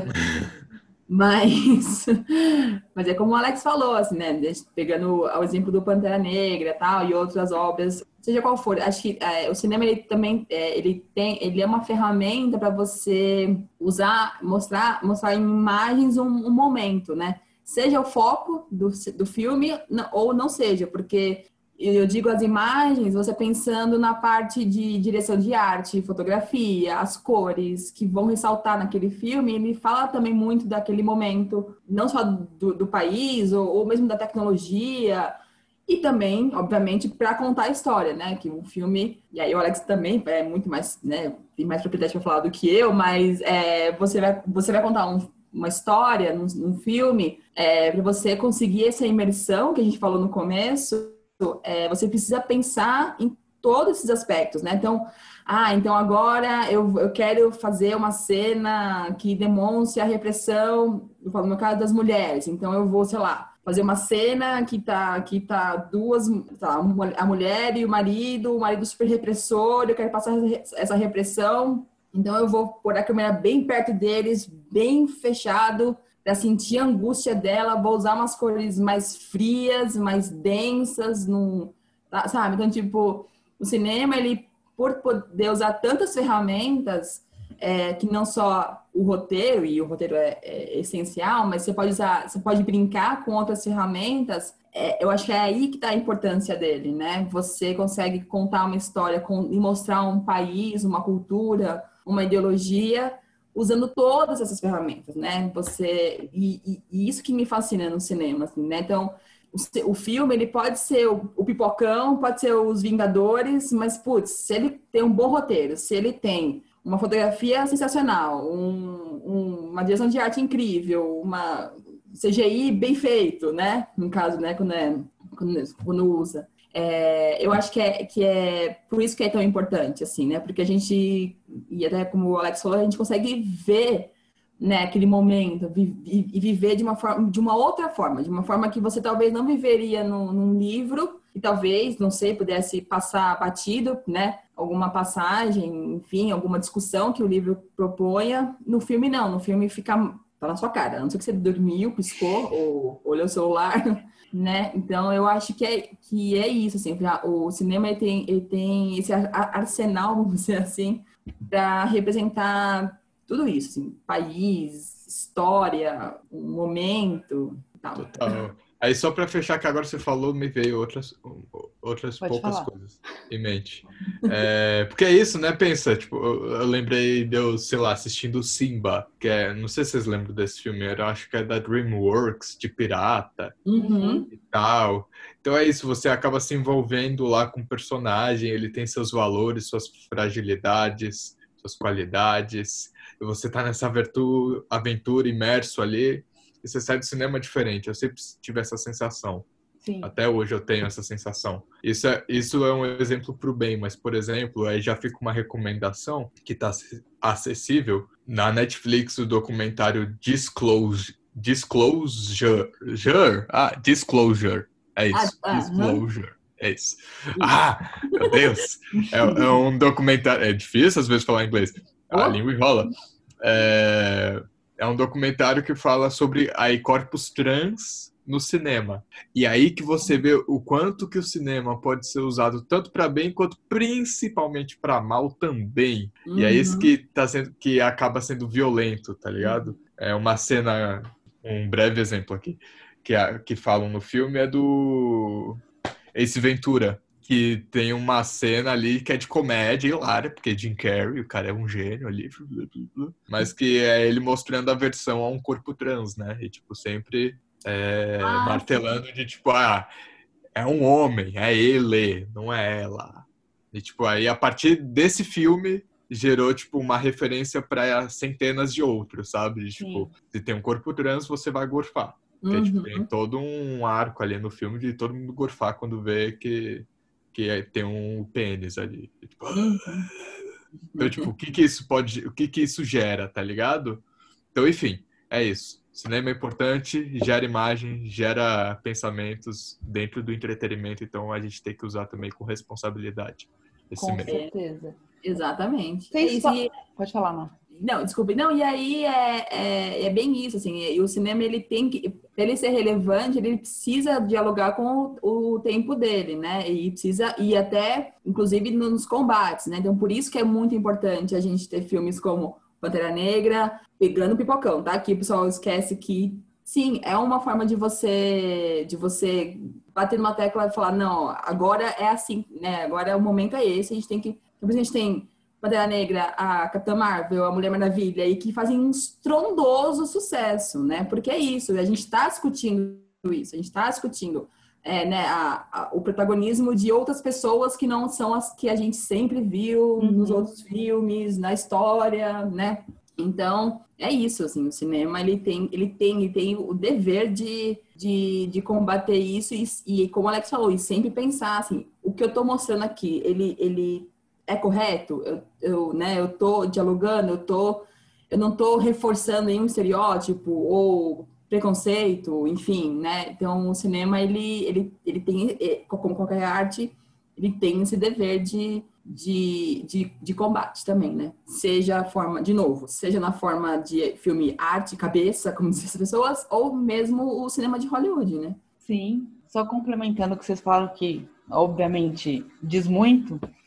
Mas, mas é como o Alex falou, assim, né? Pegando o exemplo do Pantera Negra, tal, e outras obras, seja qual for. Acho que é, o cinema ele também é, ele tem, ele é uma ferramenta para você usar, mostrar, mostrar em imagens um, um momento, né? Seja o foco do, do filme ou não seja, porque eu digo as imagens, você pensando na parte de direção de arte, fotografia, as cores que vão ressaltar naquele filme, ele fala também muito daquele momento, não só do, do país, ou, ou mesmo da tecnologia, e também, obviamente, para contar a história, né? Que o filme, e aí o Alex também é muito mais, né? Tem mais propriedade para falar do que eu, mas é, você, vai, você vai contar um, uma história num, num filme, é, para você conseguir essa imersão que a gente falou no começo. É, você precisa pensar em todos esses aspectos, né? Então, ah, então agora eu, eu quero fazer uma cena que demonstre a repressão, eu falo no meu caso das mulheres, então eu vou, sei lá, fazer uma cena que tá, que tá duas, sei lá, a mulher e o marido, o marido super repressor, eu quero passar essa repressão, então eu vou pôr a câmera bem perto deles, bem fechado, para sentir a angústia dela, vou usar umas cores mais frias, mais densas, num, sabe? Então, tipo, o cinema, ele, por poder usar tantas ferramentas, é, que não só o roteiro, e o roteiro é, é essencial, mas você pode usar, você pode brincar com outras ferramentas. É, eu acho que é aí que está a importância dele, né? Você consegue contar uma história com, e mostrar um país, uma cultura, uma ideologia, usando todas essas ferramentas, né? Você, e, e, e isso que me fascina no cinema, assim, né? Então, o, o filme, ele pode ser o, o Pipocão, pode ser os Vingadores, mas, putz, se ele tem um bom roteiro, se ele tem uma fotografia sensacional, um, um, uma direção de arte incrível, uma C G I bem feito, né? No caso, né? Quando, é, quando, quando usa. É, eu acho que é, que é por isso que é tão importante, assim, né? Porque a gente, e até como o Alex falou, a gente consegue ver, né, aquele momento vi, e viver de uma forma, de uma outra forma, de uma forma que você talvez não viveria num, num livro, e talvez, não sei, pudesse passar batido, né? Alguma passagem, enfim, alguma discussão que o livro proponha. No filme, não. No filme fica tá na sua cara. A não ser que você dormiu, piscou ou olhou o celular, né? Então, eu acho que é, que é isso, assim. O cinema, ele tem, ele tem esse arsenal, vamos dizer assim, para representar tudo isso, assim. País, história, um momento e tal. Total. Aí, só para fechar, que agora você falou, me veio outras, outras Pode poucas falar. coisas em mente. É, porque é isso, né? Pensa, tipo, eu, eu lembrei de eu, sei lá, assistindo Simba, que é, não sei se vocês lembram desse filme, eu acho que é da DreamWorks, de pirata Uhum. e tal. Então é isso, você acaba se envolvendo lá com o personagem, ele tem seus valores, suas fragilidades, suas qualidades, e você tá nessa aventura, aventura imerso ali, e você sai do cinema diferente. Eu sempre tive essa sensação. Sim. Até hoje eu tenho essa sensação. Isso é, isso é um exemplo pro bem, mas, por exemplo, aí já fica uma recomendação que está acessível na Netflix, o documentário Disclosure. Disclosure. Ah, Disclosure. É isso. Ah, Disclosure. É isso. Ah, meu Deus. É, é um documentário... É difícil às vezes falar inglês. A Oh. língua enrola. É... É um documentário que fala sobre aí corpos trans no cinema. E aí que você vê o quanto que o cinema pode ser usado tanto para bem quanto principalmente para mal também. Uhum. E é isso que tá sendo, que acaba sendo violento, tá ligado? É uma cena, um breve exemplo aqui, que, a, que falam no filme é do Ace Ventura, que tem uma cena ali que é de comédia hilária, porque Jim Carrey, o cara é um gênio ali, mas que é ele mostrando a versão a um corpo trans, né? E, tipo, sempre é, Ah, martelando de, tipo, ah, é um homem, é ele, não é ela. E, tipo, aí, a partir desse filme, gerou, tipo, uma referência para centenas de outros, sabe? De, tipo, se tem um corpo trans, você vai gorfar. Porque, Uhum. tipo, tem todo um arco ali no filme de todo mundo gorfar quando vê que que tem um pênis ali. Tipo, então, tipo, o que que isso pode, o que que isso gera, tá ligado? Então, enfim, é isso. Cinema é importante, gera imagem, gera pensamentos dentro do entretenimento, então a gente tem que usar também com responsabilidade esse Com meio. certeza. Exatamente. Vocês É isso, fa- e- Pode falar, não. Não, desculpe. Não, e aí é, é, é bem isso, assim. E o cinema, ele tem que... Pra ele ser relevante, ele precisa dialogar com o, o tempo dele, né? E precisa... E até, inclusive, nos combates, né? Então, por isso que é muito importante a gente ter filmes como Pantera Negra, pegando pipocão, tá? Aqui o pessoal esquece que, sim, é uma forma de você... De você bater numa tecla e falar, não, agora é assim, né? Agora o momento é esse, a gente tem que... Por exemplo, a gente tem... Pantera Negra, a Capitã Marvel, a Mulher Maravilha, e que fazem um estrondoso sucesso, né? Porque é isso, a gente está discutindo isso, a gente está discutindo é, né, a, a, o protagonismo de outras pessoas que não são as que a gente sempre viu Uhum. nos outros filmes, na história, né? Então, é isso, assim, o cinema, ele tem, ele tem, ele tem o dever de, de, de combater isso e, e, como o Alex falou, e sempre pensar, assim, o que eu tô mostrando aqui, ele... ele é correto? Eu, eu, né, eu tô dialogando, eu, tô, eu não tô reforçando nenhum estereótipo ou preconceito, enfim, né? Então, o cinema, ele, ele, ele tem, como qualquer arte, ele tem esse dever de, de, de, de combate também, né? Seja a forma, de novo, seja na forma de filme arte, cabeça, como dizem as pessoas, ou mesmo o cinema de Hollywood, né? Sim. Só complementando o que vocês falaram que, obviamente, diz muito...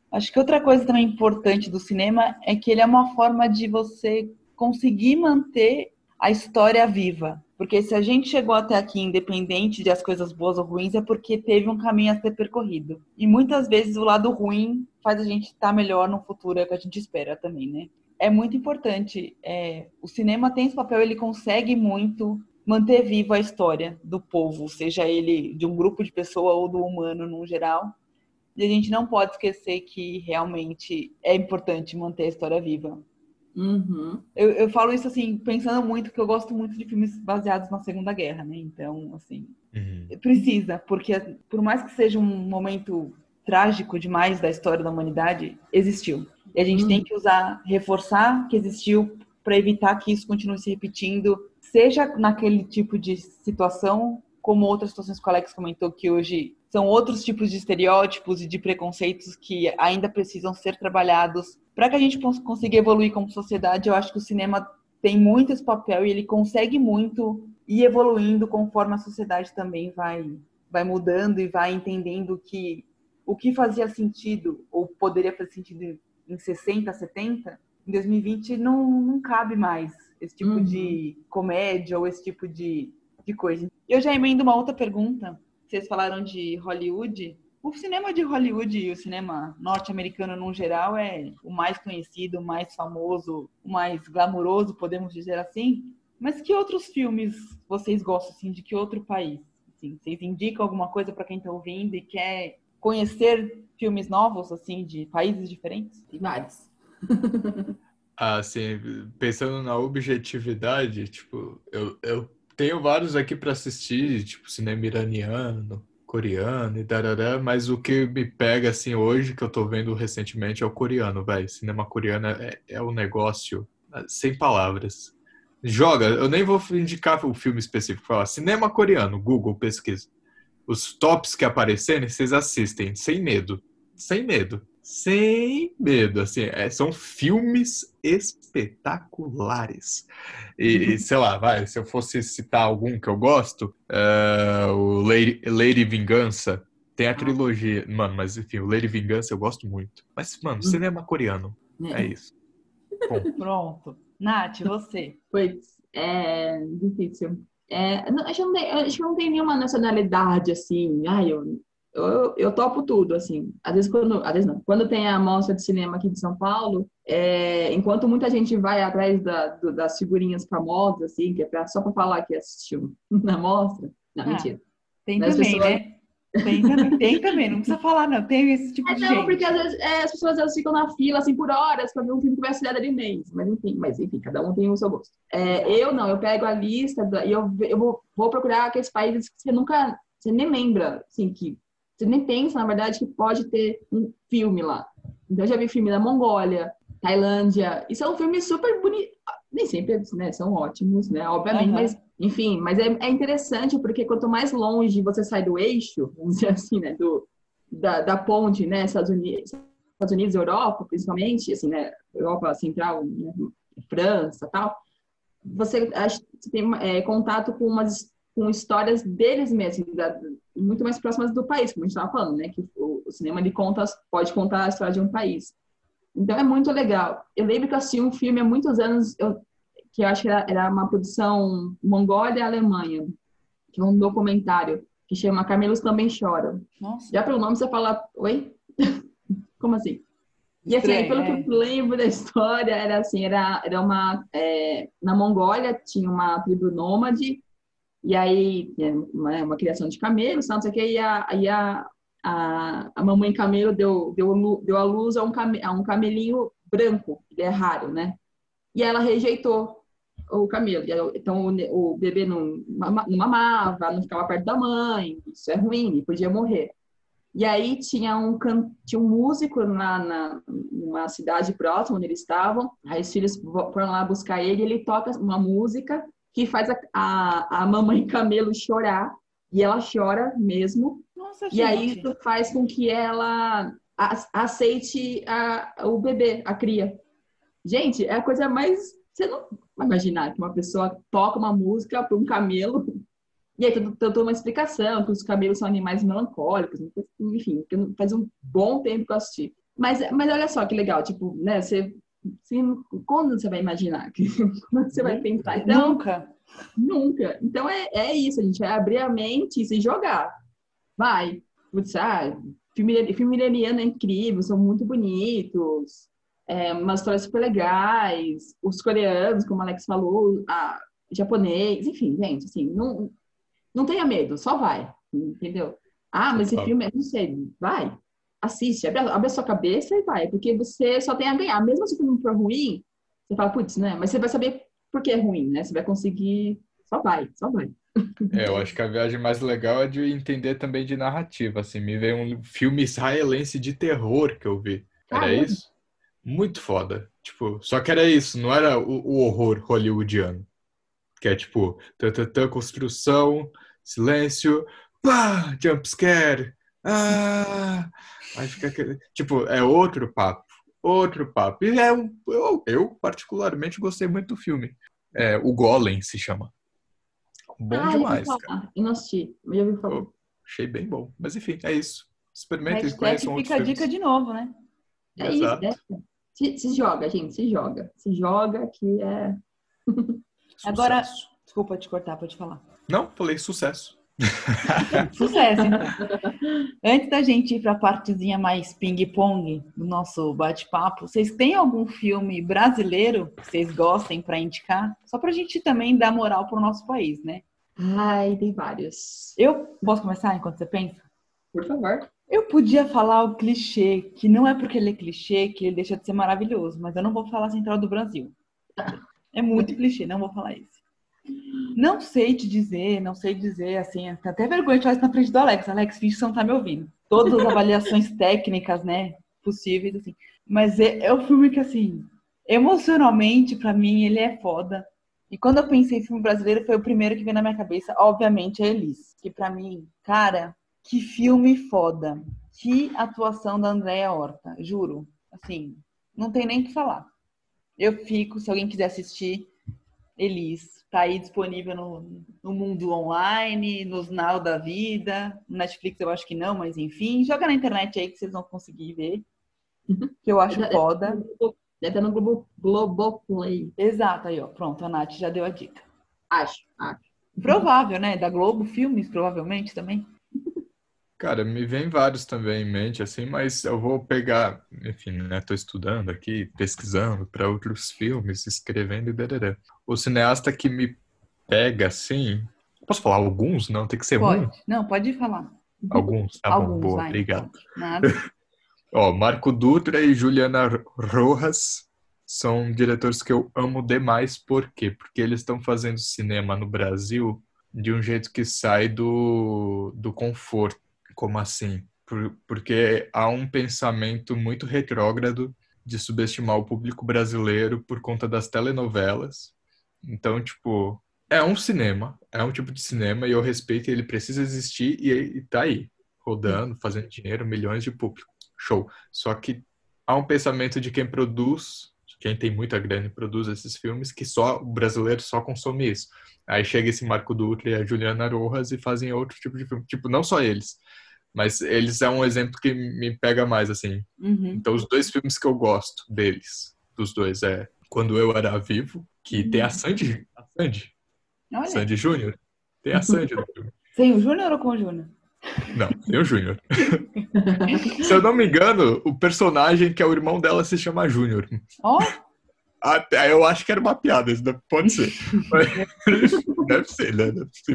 Acho que outra coisa também importante do cinema é que ele é uma forma de você conseguir manter a história viva. Porque se a gente chegou até aqui independente de as coisas boas ou ruins, é porque teve um caminho a ser percorrido. E muitas vezes o lado ruim faz a gente estar melhor no futuro, é o que a gente espera também, né? É muito importante. É, o cinema tem esse papel, ele consegue muito manter viva a história do povo, seja ele de um grupo de pessoas ou do humano no geral. E a gente não pode esquecer que realmente é importante manter a história viva. Uhum. Eu, eu falo isso assim, pensando muito, que eu gosto muito de filmes baseados na Segunda Guerra, né? Então, assim, Uhum. precisa, porque por mais que seja um momento trágico demais da história da humanidade, existiu. E a gente Uhum. tem que usar, reforçar que existiu para evitar que isso continue se repetindo, seja naquele tipo de situação, como outras situações que o Alex comentou, que hoje são outros tipos de estereótipos e de preconceitos que ainda precisam ser trabalhados. Para que a gente consiga evoluir como sociedade, eu acho que o cinema tem muito esse papel e ele consegue muito ir evoluindo conforme a sociedade também vai, vai mudando e vai entendendo que o que fazia sentido, ou poderia fazer sentido em sessenta, setenta, em dois mil e vinte não, não cabe mais esse tipo Uhum. de comédia ou esse tipo de, de coisa. E eu já emendo uma outra pergunta. Vocês falaram de Hollywood. O cinema de Hollywood e o cinema norte-americano, no geral, é o mais conhecido, o mais famoso, o mais glamuroso, podemos dizer assim. Mas que outros filmes vocês gostam, assim, de que outro país? Assim, vocês indicam alguma coisa para quem está ouvindo e quer conhecer filmes novos, assim, de países diferentes? Tem vários. Assim, pensando na objetividade, tipo, eu, eu tenho vários aqui para assistir, tipo, cinema iraniano, coreano e darará, mas o que me pega, assim, hoje, que eu tô vendo recentemente, é o coreano, velho. Cinema coreano é, é um negócio sem palavras. Joga, eu nem vou indicar o filme específico, falar cinema coreano, Google, pesquisa. Os tops que aparecerem, vocês assistem, sem medo. Sem medo. Sem medo, assim, é, são filmes espetaculares. E, sei lá, vai, se eu fosse citar algum que eu gosto, uh, o Lady, Lady Vingança, tem a trilogia, mano, mas enfim, o Lady Vingança eu gosto muito. Mas, mano, cinema coreano, é isso. Bom. Pronto. Nath, você? Pois, é difícil. É, não, acho, que não tem, acho que não tem nenhuma nacionalidade, assim, ai, eu... Eu, eu topo tudo, assim. Às vezes, quando, às vezes não. Quando tem a mostra de cinema aqui de São Paulo, é, enquanto muita gente vai atrás da, do, das figurinhas famosas, assim, que é pra, só para falar que assistiu na mostra. Não, Ah, mentira. tem Mas também, pessoas... né? Tem também, tem também, não precisa falar, não. Tem esse tipo É, de não, gente. porque às vezes é, as pessoas elas ficam na fila, assim, por horas, para ver um filme que vai ser ali mês. Mas enfim, mas, enfim, cada um tem o seu gosto. É, eu não, eu pego a lista da, e eu, eu vou, vou procurar aqueles países que você nunca, você nem lembra, assim, que você nem pensa, na verdade, que pode ter um filme lá. Então, eu já vi filme da Mongólia, Tailândia, e são filmes super bonitos. Nem sempre, né, são ótimos, né, obviamente, uhum. Mas, enfim, mas é, é interessante porque quanto mais longe você sai do eixo, vamos dizer assim, né, do, da, da ponte, né, Estados Unidos, Estados Unidos, Europa, principalmente, assim, né, Europa Central, né, França, tal, você, acha, você tem é, contato com umas com histórias deles mesmos, da, muito mais próximas do país, como a gente estava falando, né? Que o, o cinema ele conta, pode contar a história de um país. Então é muito legal. Eu lembro que eu assisti um filme há muitos anos, eu, que eu acho que era, era uma produção Mongólia e Alemanha, que é um documentário que chama Camelos Também Choram. Nossa. Já pelo nome você fala, oi? Como assim? E assim, Estranho, pelo é. que eu lembro da história, era assim, era, era uma... É, na Mongólia tinha uma tribo nômade. E aí, uma, uma criação de camelos, não sei o que, e a, e a, a, a mamãe camelo deu, deu, deu a luz a um, came, a um camelinho branco, ele é raro, né? E ela rejeitou o camelo. Então, o, o bebê não, não mamava, não ficava perto da mãe, isso é ruim, podia morrer. E aí, tinha um, tinha um músico na, na, numa cidade próxima, onde eles estavam, aí os filhos foram lá buscar ele, e ele toca uma música que faz a, a, a mamãe camelo chorar, e ela chora mesmo. Nossa, e gente. Aí isso faz com que ela a, aceite a, o bebê, a cria. Gente, é a coisa mais... Você não vai imaginar que uma pessoa toca uma música para um camelo, e aí tem toda uma explicação, que os camelos são animais melancólicos, enfim, faz um bom tempo que eu assisti. Mas, mas olha só que legal, tipo, né? Você, você, quando você vai imaginar? Quando você vai pensar? Então, Nunca. nunca. Então é, é isso, a gente vai abrir a mente e se jogar. Vai. Putz, ah, filme, filme iraniano é incrível, são muito bonitos, é, umas histórias super legais, os coreanos, como o Alex falou, a, japonês, enfim, gente, assim, não, não tenha medo, só vai, entendeu? Ah, mas esse Total. filme, não sei, vai, assiste, abre, a- abre a sua cabeça e vai, porque você só tem a ganhar. Mesmo se o filme for ruim, você fala, putz, né? Mas você vai saber por que é ruim, né? Você vai conseguir, só vai, só vai. É, eu acho que a viagem mais legal é de entender também de narrativa, assim, me veio um filme israelense de terror que eu vi. Era Caramba. isso? Muito foda. Tipo, só que era isso, não era o, o horror hollywoodiano. Que é tipo, tã, tã, tã, construção, silêncio, pá, jump scare. Ah! Aí fica aquele. Tipo, é outro papo. Outro papo. E é um, eu, eu, particularmente, gostei muito do filme. É, o Golem se chama. Bom Ah, já ouvi demais, cara. falar. Eu não assisti, mas já ouvi falar. Eu achei bem bom. Mas enfim, é isso. Experimentem e Hashtag conheçam outros fica a dica filmes. de novo, né? É isso, né? Exato. Se, se joga, gente, se joga. Se joga que é... Agora, Sucesso. desculpa te cortar, pode falar. Não, falei sucesso. Sucesso, então. Antes da gente ir para a partezinha mais ping-pong do nosso bate-papo, vocês têm algum filme brasileiro que vocês gostem para indicar? Só para a gente também dar moral para o nosso país, né? Ai, tem vários. Eu posso começar enquanto você pensa? Por favor. Eu podia falar o clichê, que não é porque ele é clichê que ele deixa de ser maravilhoso, mas eu não vou falar Central do Brasil. É muito clichê, não vou falar isso. Não sei te dizer, não sei dizer, assim, tenho até vergonha de falar isso na frente do Alex. Alex, finge que você não tá me ouvindo. Todas as avaliações técnicas, né, possíveis, assim. Mas é, é um filme que, assim, emocionalmente, pra mim, ele é foda. E quando eu pensei em filme brasileiro, foi o primeiro que veio na minha cabeça, obviamente, é Elis. Que pra mim, cara, que filme foda. Que atuação da Andréa Horta, juro. Assim, não tem nem o que falar. Eu fico, se alguém quiser assistir, Elis, tá aí disponível no, no mundo online, nos Now da vida, no Netflix eu acho que não, mas enfim, joga na internet aí que vocês vão conseguir ver, que eu acho foda. Deve estar no Globo, Globoplay. Exato, aí ó, pronto, a Nath já deu a dica. Acho, acho. Provável, né, da Globo Filmes, provavelmente também. Cara, me vem vários também em mente, assim, mas eu vou pegar, enfim, né? Tô estudando aqui, pesquisando para outros filmes, escrevendo e darará. O cineasta que me pega, assim. Posso falar alguns? Não, tem que ser um. Pode, não, pode falar. Alguns? Tá bom, Alguns, boa, vai, obrigado. pode. Nada. Ó, Marco Dutra e Juliana Rojas são diretores que eu amo demais. Por quê? Porque eles estão fazendo cinema no Brasil de um jeito que sai do, do conforto. Como assim? Por, porque há um pensamento muito retrógrado de subestimar o público brasileiro por conta das telenovelas. Então, tipo, é um cinema, é um tipo de cinema e eu respeito, ele precisa existir e, e tá aí, rodando, fazendo dinheiro, milhões de público. Show. Só que há um pensamento de quem produz, de quem tem muita grana e produz esses filmes, que só o brasileiro só consome isso. Aí chega esse Marco Dutra e a Juliana Rojas e fazem outro tipo de filme. Tipo, não só eles, mas eles é um exemplo que me pega mais, assim. Uhum. Então, os dois filmes que eu gosto deles, dos dois, é Quando Eu Era Vivo, que tem a Sandy, a Sandy, Olha, Sandy Júnior. Tem a Sandy no filme. sem o Júnior ou com o Júnior? Não, tem o Júnior. Se eu não me engano, o personagem que é o irmão dela se chama Júnior. Ó, Até eu acho que era uma piada, isso pode ser. Mas, deve ser, né? Deve ser.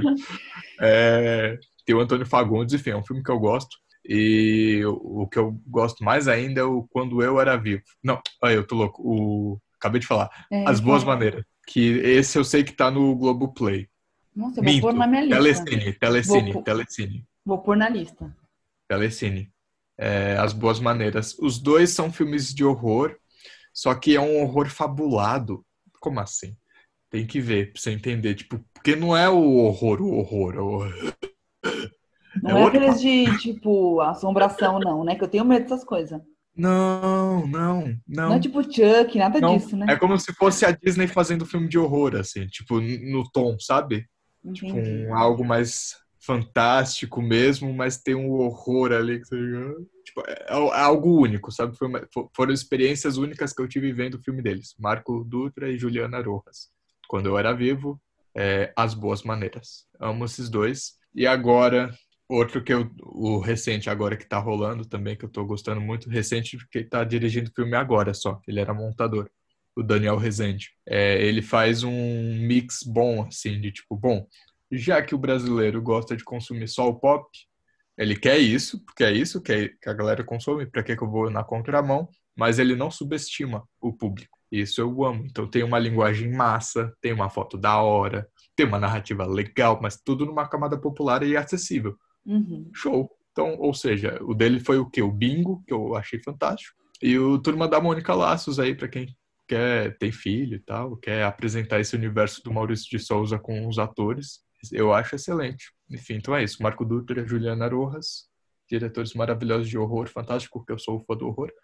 É, tem o Antônio Fagundes, enfim, é um filme que eu gosto. E o, o que eu gosto mais ainda é o Quando Eu Era Vivo. Não, olha, eu tô louco. O, acabei de falar. É, As Boas fala. Maneiras. Que esse eu sei que tá no Globoplay. nossa, eu vou Minto. pôr na minha lista. Telecine, Telecine, Vou pôr- Telecine. Vou pôr na lista. Telecine. É, As Boas Maneiras. Os dois são filmes de horror, só que é um horror fabulado. Como assim? Tem que ver pra você entender. Tipo, porque não é o horror, o horror. O horror. Não É é, outro aqueles de, tipo, assombração, não, né? Que eu tenho medo dessas coisas. Não, não, Não, não. é tipo Chuck, nada Não. disso, né? É como se fosse a Disney fazendo filme de horror, assim. Tipo, no tom, sabe? Tipo, Entendi. um, algo mais fantástico mesmo, mas tem um horror ali que tipo, é algo único, sabe? Foi uma, foram experiências únicas que eu tive vendo o filme deles. Marco Dutra e Juliana Rojas. Quando eu era vivo, é, As Boas Maneiras. Amo esses dois. E agora, outro que eu, o recente agora que tá rolando também, que eu tô gostando muito, recente, porque ele tá dirigindo o filme agora só. Ele era montador. O Daniel Rezende. É, ele faz um mix bom, assim, de tipo, bom, já que o brasileiro gosta de consumir só o pop, ele quer isso, porque é isso que a galera consome, pra que que eu vou na contramão, mas ele não subestima o público. Isso eu amo. Então tem uma linguagem massa, tem uma foto da hora, tem uma narrativa legal, mas tudo numa camada popular e acessível. Uhum. Show. Então, ou seja, o dele foi o quê? O Bingo, que eu achei fantástico, e o Turma da Mônica Laços aí, pra quem quer ter filho e tal, quer apresentar esse universo do Maurício de Souza com os atores, eu acho excelente. Enfim, então é isso. Marco Dutra, Juliana Rojas, diretores maravilhosos de horror, fantástico, porque eu sou fã do horror.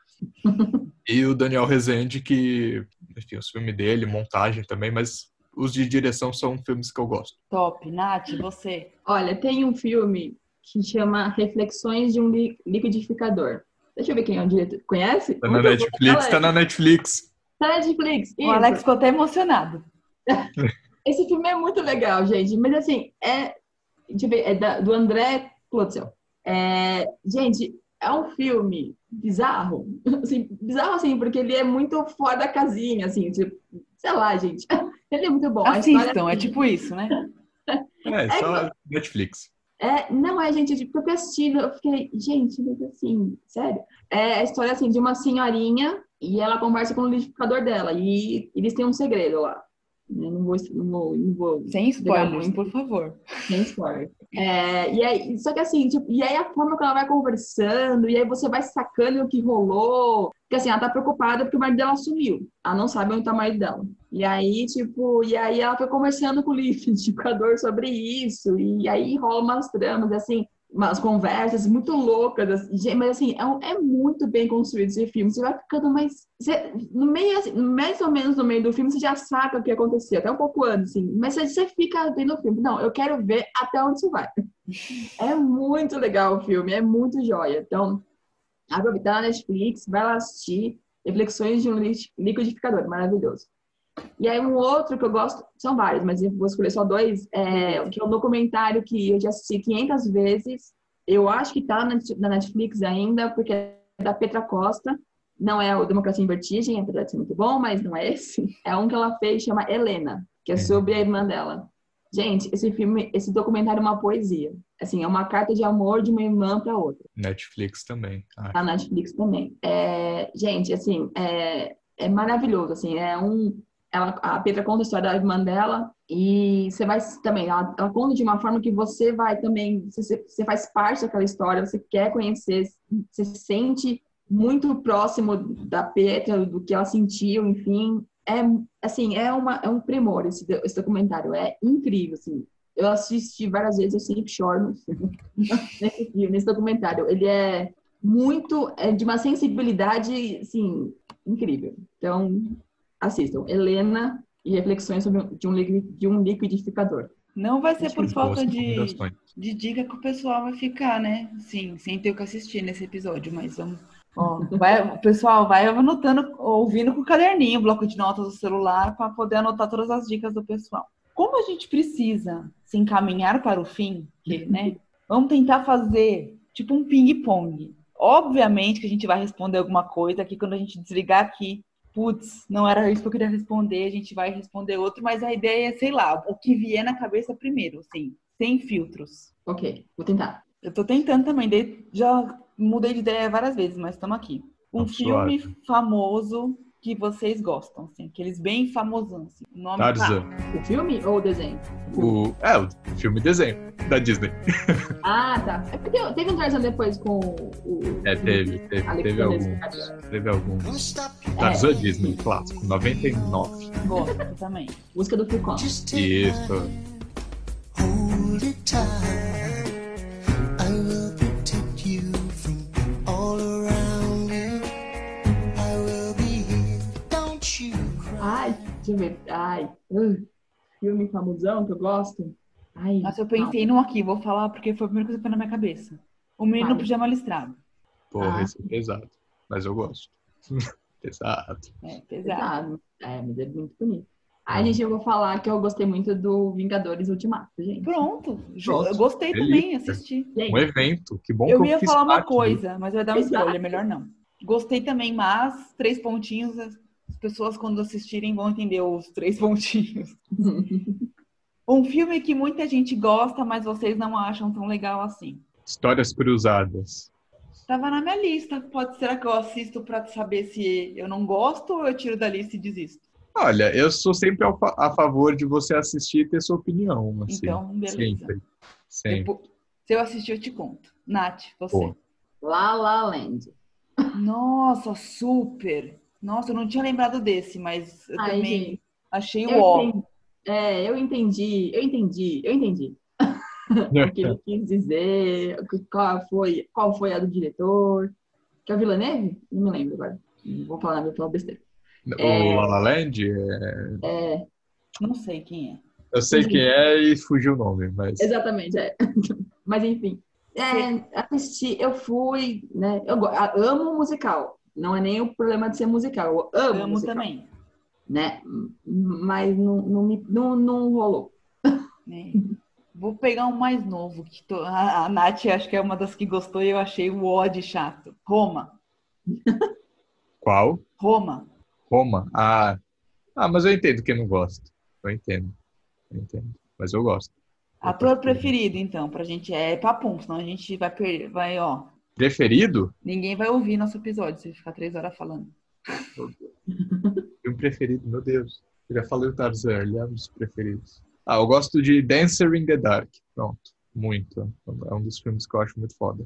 E o Daniel Rezende, que, enfim, os filmes dele, montagem também, mas os de direção são filmes que eu gosto. Top. Nath, você? Olha, tem um filme que chama Reflexões de um Liquidificador. Deixa eu ver quem é o diretor. Conhece? Tá na Netflix, tá na Netflix. Tá na Netflix. O Alex ficou até emocionado. Esse filme é muito legal, gente. Mas assim, é, deixa eu ver, é da, do André Klotzel. É, gente, é um filme bizarro. Assim, bizarro, assim, porque ele é muito fora da casinha, assim, tipo, sei lá, gente. Ele é muito bom. Assistam, história, é tipo isso, né? É, só é, Netflix. É, não é, gente, tipo, eu fiquei assistindo, eu fiquei, gente, mas assim, sério. É a história, assim, de uma senhorinha e ela conversa com o liquidificador dela e eles têm um segredo lá. Eu não vou, não vou, não vou Sem spoilers, por favor. Sem spoiler. É, e aí, só que assim, tipo, e aí a forma que ela vai conversando, e aí você vai sacando o que rolou. Porque assim, ela tá preocupada porque o marido dela sumiu. Ela não sabe onde tá o marido dela. E aí, tipo, e aí ela foi conversando com o liquidificador sobre isso. E aí rola umas tramas, assim, umas conversas muito loucas. Assim, mas assim, é, um, é muito bem construído esse filme. Você vai ficando mais. Você, no meio, assim, mais ou menos no meio do filme, você já saca o que aconteceu, até um pouco antes, assim. Mas você, você fica vendo o filme. Não, eu quero ver até onde isso vai. É muito legal o filme, é muito joia. Então, aproveitar na Netflix, vai lá assistir Reflexões de um Liquidificador, maravilhoso. E aí um outro que eu gosto, são vários, mas eu vou escolher só dois, é, que é um documentário que eu já assisti quinhentas vezes, eu acho que tá na Netflix ainda, porque é da Petra Costa, não é o Democracia em Vertigem, apesar de ser muito bom, mas não é esse, é um que ela fez, chama Helena, que é sobre a irmã dela. Gente, esse filme, esse documentário é uma poesia. Assim, é uma carta de amor de uma irmã para outra. Netflix também. Acho. A Netflix também. É, gente, assim, é, é maravilhoso. Assim, é um, ela, a Petra conta a história da irmã dela e você vai também, ela, ela conta de uma forma que você vai também, você, você faz parte daquela história, você quer conhecer, você se sente muito próximo da Petra, do que ela sentiu, enfim. É, assim, é, uma, é um primor esse, esse documentário, é incrível, assim. Eu assisti várias vezes, eu sempre choro nesse filme, nesse documentário. Ele é muito, é de uma sensibilidade, assim, incrível. Então, assistam. Helena e Reflexões sobre um, de, um, de um Liquidificador. Não vai ser por falta de, recomendações. de dica que o pessoal vai ficar, né? Sim, sem ter o que assistir nesse episódio, mas vamos... Ó, vai, o pessoal vai anotando, ouvindo com o caderninho, bloco de notas do celular, para poder anotar todas as dicas do pessoal. Como a gente precisa se encaminhar para o fim, que, né? Vamos tentar fazer tipo um ping-pong. Obviamente que a gente vai responder alguma coisa aqui quando a gente desligar aqui. Putz, não era isso que eu queria responder, a gente vai responder outro, mas a ideia é, sei lá, o que vier na cabeça primeiro, assim, sem filtros. Ok, vou tentar. Eu tô tentando também, já mudei de ideia várias vezes, mas estamos aqui. Um Nossa, filme suave. famoso que vocês gostam, assim, aqueles bem famosão, assim. O nome Tarzan. tá. O filme ou o desenho? O, é, o filme desenho da Disney. Ah, tá. É porque teve um Tarzan depois com o... É, teve, teve, Alex teve alguns. Rodrigues. Teve alguns. Tarzan Disney, clássico, noventa e nove. Gosto também. Música do Phil Collins. Isso. Hold it tight. I will protect you from all around you. I will be here. Don't you cry. Ai, deixa eu ver. Ai, uh, filme famosão que eu gosto. Ai, Nossa, eu pensei num aqui, vou falar porque foi a primeira coisa que foi na minha cabeça. O Menino no Fale. Pijama Listrado. Porra, Ah. esse é pesado. Mas eu gosto. Pesado. É, não, pesado. pesado. É, mas é muito bonito. Ai, Uhum. gente, eu vou falar que eu gostei muito do Vingadores Ultimato, gente. Pronto. Ju- Pronto. Eu gostei Delícia. também, assisti. Um Gente, evento. Que bom Eu que eu ia fiz falar uma parte coisa, mas eu ia dar um Exato. spoiler, melhor não. Gostei também, mas três pontinhos, as pessoas quando assistirem vão entender os três pontinhos. Um filme que muita gente gosta, mas vocês não acham tão legal assim. Histórias cruzadas. Tava na minha lista. Pode ser que eu assisto pra saber se eu não gosto ou eu tiro da lista e desisto. Olha, eu sou sempre ao fa- a favor de você assistir e ter sua opinião. Assim. Então, beleza. Sempre. Sempre. Depois, se eu assistir, eu te conto. Nath, você. Pô. La La Land. Nossa, super. Nossa, eu não tinha lembrado desse, mas eu Ai, também gente. achei o Eu ó. entendi, é, eu entendi, eu entendi, eu entendi. O que ele quis dizer, qual foi, qual foi a do diretor. Que é o Villeneuve? Não me lembro agora. Não vou falar, vou falar besteira. O La La Land, é... É, Não sei quem é. eu sei quem é e fugiu o nome, mas... exatamente, é. Mas enfim. É, assisti, eu fui, né? Eu go- a- amo musical. Não é nem o problema de ser musical. Eu amo, Amo musical, também. né? Mas não, não, me, não, não rolou. Né? Vou pegar um mais novo. Que tô... a, a Nath acho que é uma das que gostou e eu achei o ó de chato. Roma. Qual? Roma. Roma? Ah. ah, mas eu entendo quem não gosta. Eu entendo. Eu entendo. Mas eu gosto. Ator preferido, então, pra gente é papum, senão a gente vai perder, vai, ó. Preferido? Ninguém vai ouvir nosso episódio se ficar três horas falando. Filme preferido, meu Deus. Eu já falei o Tarzan, ele é um dos preferidos. Ah, eu gosto de Dancer in the Dark. Pronto. Muito. É um dos filmes que eu acho muito foda.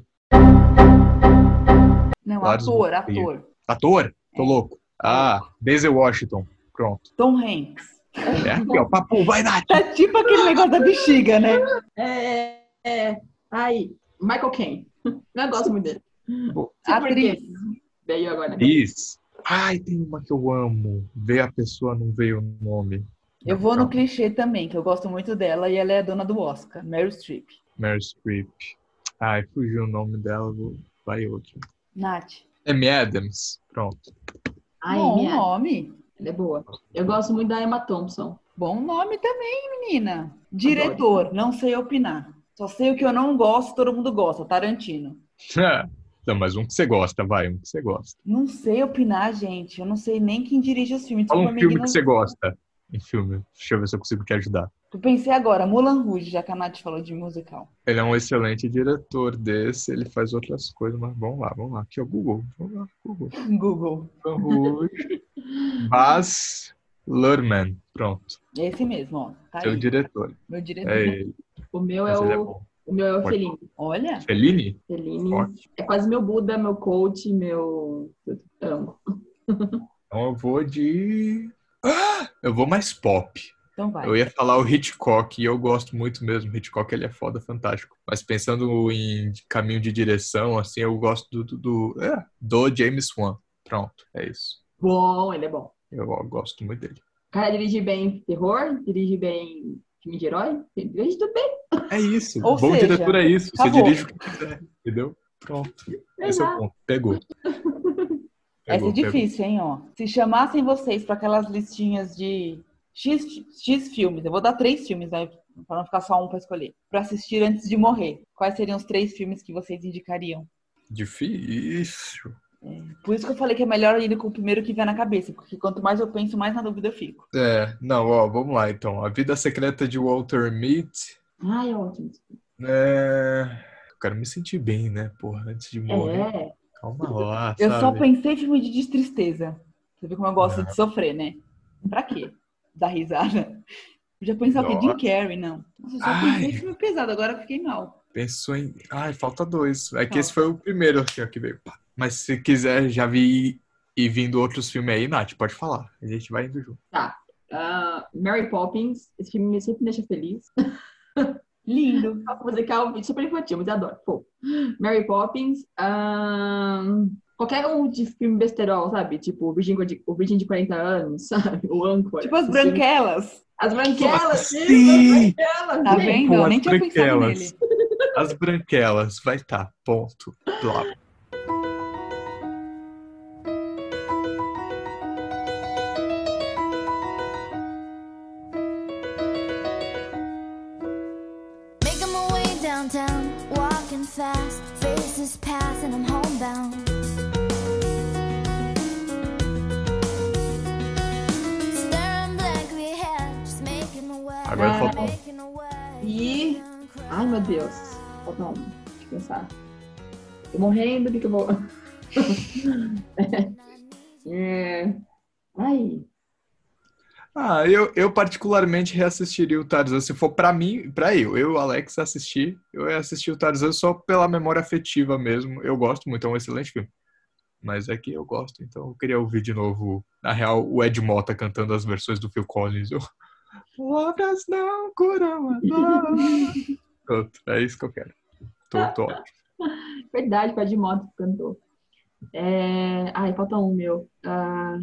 Não, Vários ator, muito ator. Ator? Tô É. louco. Ah, Denzel Washington. Pronto. Tom Hanks. É aqui, ó. Papo, vai, Nath. Tá tipo aquele negócio da bexiga, né? É, é. Ai, Michael Caine. Não gosto muito dele. Pô, Sei por quê. Atriz. Veio agora. Né? Isso. Ai, tem uma que eu amo. Ver a pessoa, não veio o nome. Eu vou no Calma. clichê também, que eu gosto muito dela e ela é a dona do Oscar, Meryl Streep. Meryl Streep. Ai, fugiu o nome dela. vou- Vai outro. Nath. Amy Adams. Pronto. Ai, Bom minha, nome. ela é boa. Eu gosto muito da Emma Thompson. Bom nome também, menina. Diretor, não sei opinar. Só sei o que eu não gosto, todo mundo gosta. Tarantino. Não, mas um que você gosta, vai. Um que você gosta. Não sei opinar, gente. Eu não sei nem quem dirige os filmes. Fala Desculpa, um filme menina. que você gosta. Um filme. Deixa eu ver se eu consigo te ajudar. Eu pensei agora, Mulan Rouge, já que a Nath falou de musical. Ele é um excelente diretor desse, ele faz outras coisas, mas vamos lá, vamos lá. Aqui é o Google. Vamos lá, Google. Google. Mulan Rouge. Baz Luhrmann. Pronto. Esse mesmo, ó. Tá Seu aí. diretor. Meu diretor. É ele. O meu é Mas ele é o, bom. o meu é o Pode. Fellini. Olha, Fellini? Fellini Ótimo. é quase meu Buda, meu coach, meu... Eu amo. Então eu vou de... Ah, eu vou mais pop. então vai. Eu ia falar o Hitchcock, e eu gosto muito mesmo. O Hitchcock, ele é foda, fantástico. Mas pensando em caminho de direção, assim, eu gosto do, do, do, é, do James Wan. Pronto, é isso. Bom, ele é bom. Eu gosto muito dele. O cara dirige bem terror, dirige bem filme de herói, dirige tudo bem. É isso. Ou Bom seja, diretor é isso. Você acabou. dirige o que quiser, entendeu? Pronto. Esse é o Exato. ponto. Pegou. Essa Pegou, é difícil, hein, ó. Se chamassem vocês para aquelas listinhas de X, X filmes, eu vou dar três filmes, né, para não ficar só um para escolher, para assistir antes de morrer. Quais seriam os três filmes que vocês indicariam? pegou. Difícil. Por isso que eu falei que é melhor ir com o primeiro que vier na cabeça, porque quanto mais eu penso, mais na dúvida eu fico. É, não, ó, vamos lá então. A Vida Secreta de Walter Mitty. Ai, é ótimo. É... Eu quero me sentir bem, né, porra, antes de morrer. É, Calma lá, Eu sabe? só pensei em filme de destristeza. Você vê como eu gosto Ah. de sofrer, né? Pra quê? Dar risada. Eu já pensava que Jim Nossa. Carrey, não. Nossa, eu só Ai. pensei em filme pesado, agora eu fiquei mal. Pensou em... Ai, falta dois. É que Falta. esse foi o primeiro assim, ó, que veio. Pá. Mas se quiser já vi e vindo outros filmes aí, Nath, pode falar. A gente vai indo junto. tá. Ah, Mary Poppins, esse filme me sempre me deixa feliz. Lindo. É um musical super infantil, mas eu adoro. Pô. Mary Poppins. ahn, qualquer um de filme besterol, sabe? Tipo, o Virgem de, o Virgem de quarenta anos, sabe? O Âncora. Tipo as Esses filmes- branquelas. As branquelas, Sim! as branquelas. Tá vendo? Pô, Eu as nem tinha pensado branquelas. nele. As branquelas, vai tá, ponto. Blá. Making my way downtown, walking fast, faces pass and I'm homebound. Staring blankly ahead, just making my way. Agora Ah. falta um. Making my way. E... Ai, meu Deus. Falta um. Deixa eu pensar. Tô morrendo, o que que eu vou... é... Ai... Ah, eu, eu particularmente reassistiria o Tarzan. Se for pra mim, pra eu, eu e o Alex assistir, eu ia assistir o Tarzan só pela memória afetiva mesmo. Eu gosto muito, é um excelente filme. Mas é que eu gosto, então eu queria ouvir de novo, na real, o Ed Mota cantando as versões do Phil Collins. Eu... Palavras não curam a dor. Pronto, é isso que eu quero. Tô, tô ótimo. Verdade, pé de moto cantou. É... Ai, falta um meu. Ah...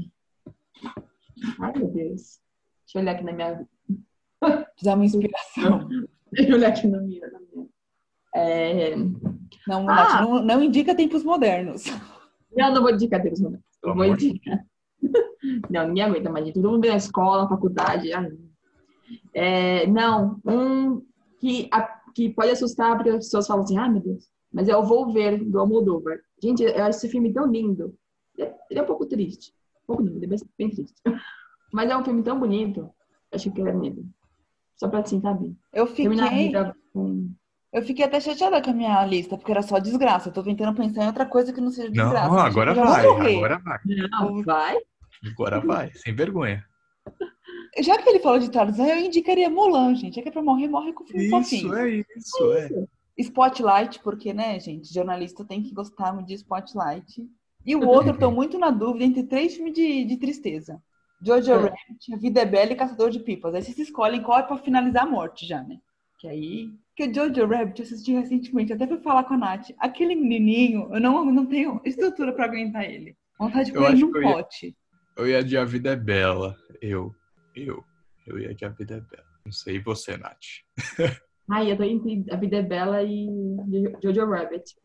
Ai, meu Deus. Deixa eu olhar aqui na minha... Precisar uma inspiração. Deixa eu olhar aqui na minha... Na minha. É... Não, Ah! Nath, não, não indica tempos modernos. Não, não vou indicar Deus, não. Eu vou Amor. indicar. Não, ninguém aguenta mais. Todo mundo na escola, na faculdade. Ai. É... Não, um que, a... que pode assustar, porque as pessoas falam assim, ai, meu Deus. Mas é o Vou Ver, do Almodóvar. Gente, eu acho esse filme tão lindo. Ele é um pouco triste. Um pouco lindo, ele é bem triste. Mas é um filme tão bonito. Eu acho que eu quero nele. Só pra assim, sabe? Eu Terminar a fiquei, vida com... eu fiquei até chateada com a minha lista, porque era só desgraça. Eu tô tentando pensar em outra coisa que não seja Não, desgraça. Tipo, agora eu já vou vai, morrer. agora vai. Não, vai. Agora vai, sem vergonha. Já que ele falou de Tarzan, eu indicaria Mulan, gente. Já que é pra morrer, morre com o filme fofinho. Isso, é isso, é. Spotlight, porque, né, gente, jornalista tem que gostar de Spotlight. E o outro, eu tô muito na dúvida entre três filmes de, de tristeza. Jojo É. Rabbit, A Vida é Bela e Caçador de Pipas. Aí vocês escolhem qual é pra finalizar a morte já, né? Que aí... Porque o Jojo Rabbit eu assisti recentemente, até fui falar com a Nath. Aquele menininho, eu não, não tenho estrutura pra aguentar ele. Vontade de Eu pôr ele acho num que eu ia- pote. Eu ia de A Vida é Bela. Eu, eu, eu ia de A Vida é Bela. Não sei, e você, Nath? Ai, eu tô entre A Vida é Bela e Jojo Rabbit.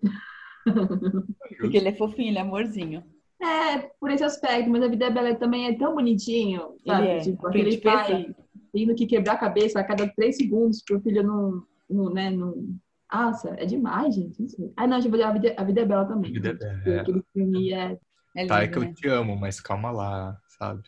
Porque ele é fofinho, ele é amorzinho. É, por esse aspecto, mas A Vida é Bela também é tão bonitinho, sabe? Ele é. Tipo, A aquele princesa. pai tendo que quebrar a cabeça a cada três segundos pro filho não, não né, não... Nossa, é demais, gente. Não sei. Ah, não, tipo, a vida, a vida é Bela também. A Vida é gente, Bela, porque é. Aquele filme é... É lindo, Tá, é que né? eu te amo, mas calma lá, sabe?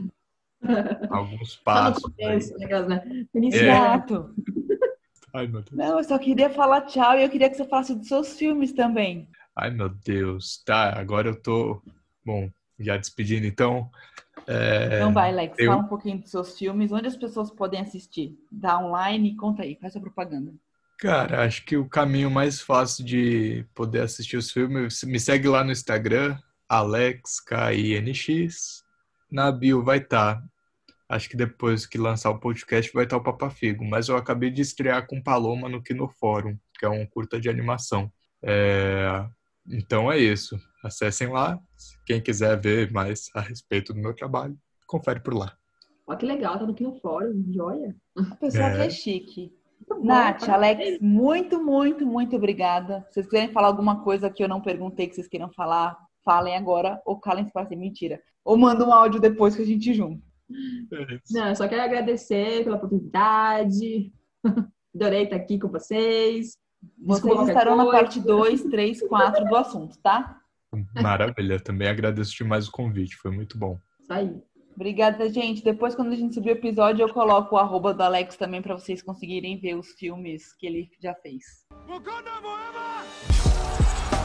Alguns Tá no passos. começo, aí. aquelas, né? Feliz É. Exato. Ai, meu Deus. Não, eu só queria falar tchau e eu queria que você falasse dos seus filmes também. Ai, meu Deus. Tá, agora eu tô... Bom, já despedindo, então. É... Então vai, Lex, eu- fala um pouquinho dos seus filmes, onde as pessoas podem assistir. Dá online, conta aí, faz a propaganda. Cara, acho que o caminho mais fácil de poder assistir os filmes, me segue lá no Instagram, Alex, K I N X. Na bio vai estar. Acho que depois que lançar o podcast vai estar o Papa Figo. Mas eu acabei de estrear com Paloma no Kinofórum, que é um curta de animação. É, Então é isso. Acessem lá. Quem quiser ver mais a respeito do meu trabalho, confere por lá. Ó, que legal, tá no Kinofórum, joia. A pessoa É. que é chique. Muito bom, Nath, parabéns. Alex, muito, muito, muito obrigada. Se vocês quiserem falar alguma coisa que eu não perguntei que vocês queiram falar, falem agora ou calem-se para ser mentira. Ou manda um áudio depois que a gente junta. É isso. Não, eu só quero agradecer pela oportunidade. Adorei estar aqui com vocês. Vocês Desculpa qualquer estarão na coisa. parte dois, três, quatro do assunto, tá? Maravilha. Também agradeço demais o convite. Foi muito bom. Isso aí. Obrigada, gente. Depois, quando a gente subir o episódio, eu coloco o arroba do Alex também para vocês conseguirem ver os filmes que ele já fez. Wakanda forever!